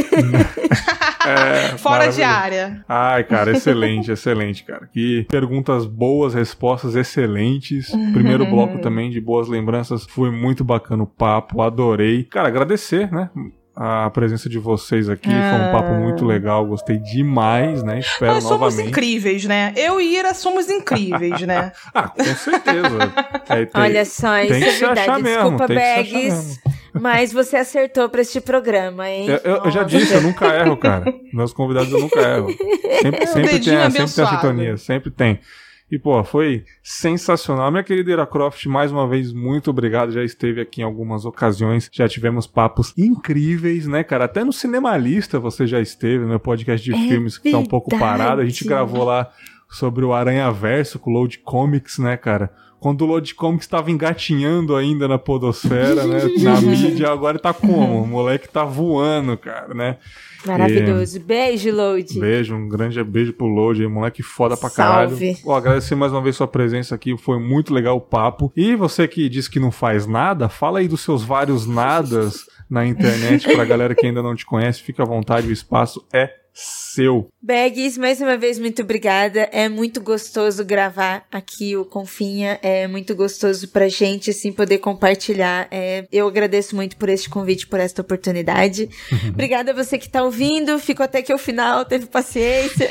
É, fora de área. Ai, cara, excelente, excelente, cara. Que perguntas boas, respostas excelentes. Uhum. Primeiro bloco também de boas lembranças. Foi muito bacana o papo, adorei. Cara, agradecer, né? a presença de vocês aqui. Ah. Foi um papo muito legal, gostei demais, né? Espero Nós novamente. somos incríveis, né? Eu e Ira somos incríveis, né? Ah, com certeza. É, tem, Olha só, isso tem é que se verdade. achar Desculpa, mesmo, Bags, mas você acertou pra este programa, hein? Eu, eu, eu já disse, eu nunca erro, cara. Meus convidados eu nunca erro. Sempre, sempre, tem, a, sempre tem a sintonia, sempre tem. E, pô, foi sensacional. Minha querida Ira Croft, mais uma vez, muito obrigado. Já esteve aqui em algumas ocasiões. Já tivemos papos incríveis, né, cara? Até no Cinemalista você já esteve, no meu podcast de é filmes que tá um pouco parado. A gente gravou lá sobre o Aranhaverso com o Load Comics, né, cara? Quando o Load Comics estava engatinhando ainda na podosfera, né? Na mídia, agora tá como? O moleque tá voando, cara, né? Maravilhoso. E... Beijo, Load. Beijo, um grande beijo pro Load aí, moleque foda pra Salve. caralho. Vou agradecer mais uma vez sua presença aqui, foi muito legal o papo. E você que disse que não faz nada, fala aí dos seus vários nadas na internet pra galera que ainda não te conhece, fica à vontade, o espaço é seu. Bags, mais uma vez, muito obrigada. É muito gostoso gravar aqui o Confinha. É muito gostoso pra gente, assim, poder compartilhar. É, eu agradeço muito por este convite, por esta oportunidade. Obrigada a você que tá ouvindo. Ficou até aqui o final, teve paciência.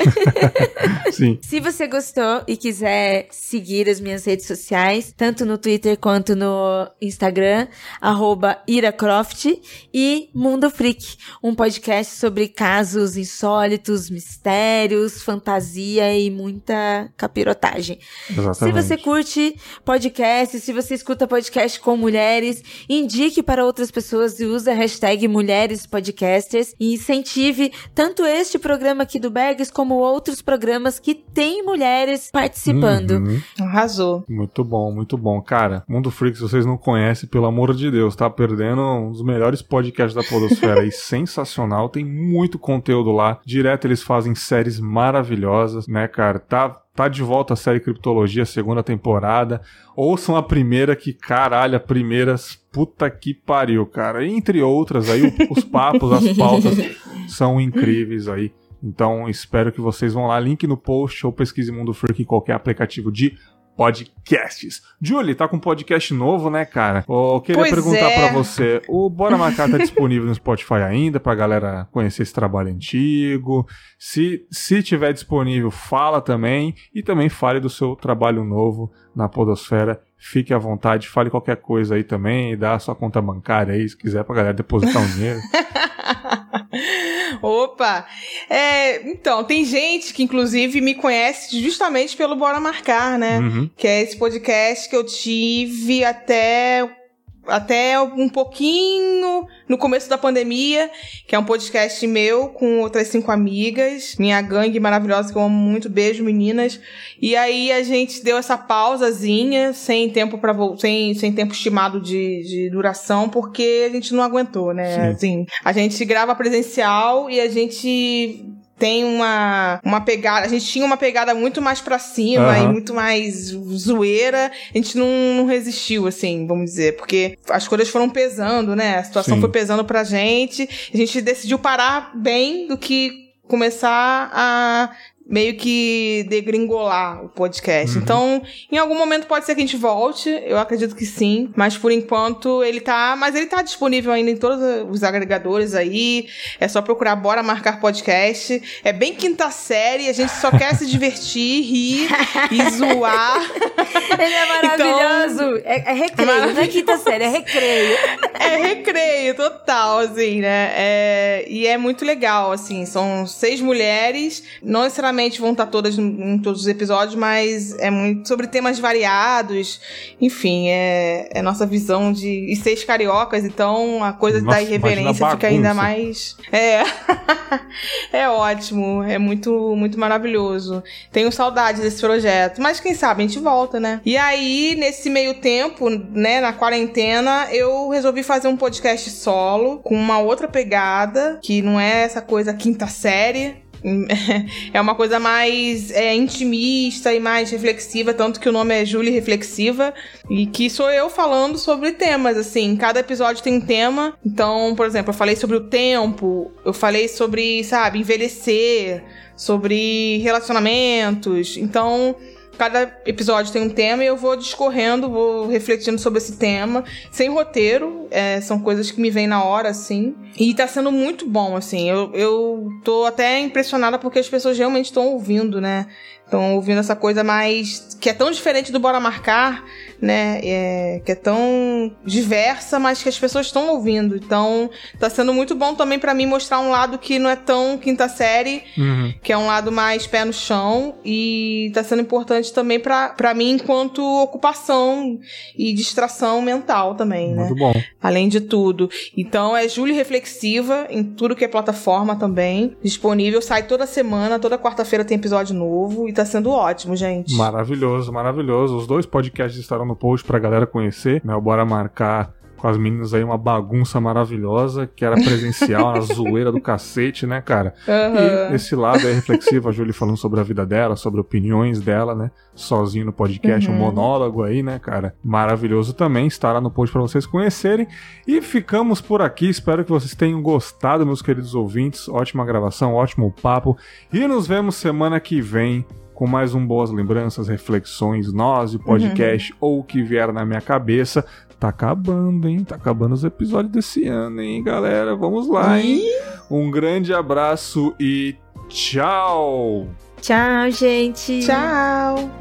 Sim. Se você gostou e quiser seguir as minhas redes sociais, tanto no Twitter quanto no Instagram, arroba iracroft e Mundo Freak, um podcast sobre casos insólitos, mistérios, fantasia e muita capirotagem. Exatamente. Se você curte podcast, se você escuta podcast com mulheres, indique para outras pessoas e use a hashtag Mulheres Podcasters e incentive tanto este programa aqui do Bags como outros programas que tem mulheres participando. Uhum. Arrasou. Muito bom, muito bom. Cara, Mundo Freak, se vocês não conhecem, pelo amor de Deus, tá perdendo um dos melhores podcasts da podosfera aí, sensacional, tem muito conteúdo lá. Direto eles fazem séries maravilhosas, né, cara? Tá, tá de volta a série Criptologia, segunda temporada. Ouçam a primeira que, caralho, a primeira, puta que pariu, cara. E, entre outras aí, os papos, as pautas são incríveis aí. Então, espero que vocês vão lá, link no post ou pesquise Mundo Freak em qualquer aplicativo de podcasts. Julie, tá com um podcast novo, né, cara? Eu queria pois perguntar é. pra você, o Bora Marcar tá disponível no Spotify ainda, pra galera conhecer esse trabalho antigo? Se, se tiver disponível, fala também, e também fale do seu trabalho novo na podosfera. Fique à vontade, fale qualquer coisa aí também, dá a sua conta bancária aí, se quiser, pra galera depositar um dinheiro. Opa! É, então, tem gente que inclusive me conhece justamente pelo Bora Marcar, né? Uhum. Que é esse podcast que eu tive até, até um pouquinho no começo da pandemia, que é um podcast meu com outras cinco amigas, minha gangue maravilhosa que eu amo muito, beijo meninas. E aí a gente deu essa pausazinha, sem tempo para sem, sem tempo estimado de, de duração, porque a gente não aguentou, né? Sim. Assim, a gente grava presencial e a gente tem uma, uma pegada, a gente tinha uma pegada muito mais pra cima uhum. e muito mais zoeira, a gente não, não resistiu, assim, vamos dizer, porque as coisas foram pesando, né, a situação Sim. foi pesando pra gente, a gente decidiu parar bem do que começar a meio que degringolar o podcast. Uhum. Então, em algum momento pode ser que a gente volte, eu acredito que sim, mas por enquanto ele tá, mas ele tá disponível ainda em todos os agregadores aí, é só procurar Bora Marcar Podcast, é bem quinta série, a gente só quer se divertir, rir e zoar. Ele é maravilhoso, então, é, é recreio, maravilhoso. Não é quinta série, é recreio. É recreio, total, assim, né, é, e é muito legal, assim, são seis mulheres, não necessariamente vão estar todas em todos os episódios, mas é muito sobre temas variados. Enfim, é, é nossa visão de... E seis cariocas, então a coisa nossa, da irreverência fica ainda mais... É. É ótimo. É muito, muito maravilhoso. Tenho saudade desse projeto. Mas quem sabe a gente volta, né? E aí, nesse meio tempo, né, na quarentena, eu resolvi fazer um podcast solo com uma outra pegada, que não é essa coisa quinta série. É uma coisa mais é, intimista e mais reflexiva, tanto que o nome é Julie Reflexiva, e que sou eu falando sobre temas, assim, cada episódio tem um tema. Então, por exemplo, eu falei sobre o tempo, eu falei sobre, sabe, envelhecer, sobre relacionamentos. Então, cada episódio tem um tema e eu vou discorrendo, vou refletindo sobre esse tema, sem roteiro, é, são coisas que me vêm na hora, assim. E tá sendo muito bom, assim. Eu, eu tô até impressionada porque as pessoas realmente estão ouvindo, né? Estão ouvindo essa coisa mais... que é tão diferente do Bora Marcar, né? É, que é tão diversa, mas que as pessoas estão ouvindo. Então, tá sendo muito bom também pra mim mostrar um lado que não é tão quinta série, uhum. que é um lado mais pé no chão. E tá sendo importante também pra, pra mim enquanto ocupação e distração mental também, né? Muito bom. Além de tudo. Então, é Júlia Reflexiva em tudo que é plataforma também. Disponível, sai toda semana, toda quarta-feira tem episódio novo. E tá sendo ótimo, gente. Maravilhoso, maravilhoso. Os dois podcasts estarão no post pra galera conhecer, né? O Bora Marcar com as meninas aí, uma bagunça maravilhosa, que era presencial, uma zoeira do cacete, né, cara? Uhum. E esse lado é reflexivo, a Júlia falando sobre a vida dela, sobre opiniões dela, né? Sozinho no podcast, uhum. um monólogo aí, né, cara? Maravilhoso também, estará no post pra vocês conhecerem. E ficamos por aqui, espero que vocês tenham gostado, meus queridos ouvintes. Ótima gravação, ótimo papo. E nos vemos semana que vem com mais um Boas Lembranças, reflexões, nós, o podcast, uhum. ou o que vier na minha cabeça. Tá acabando, hein? Tá acabando os episódios desse ano, hein, galera? Vamos lá, hein? Um grande abraço e tchau! Tchau, gente! Tchau!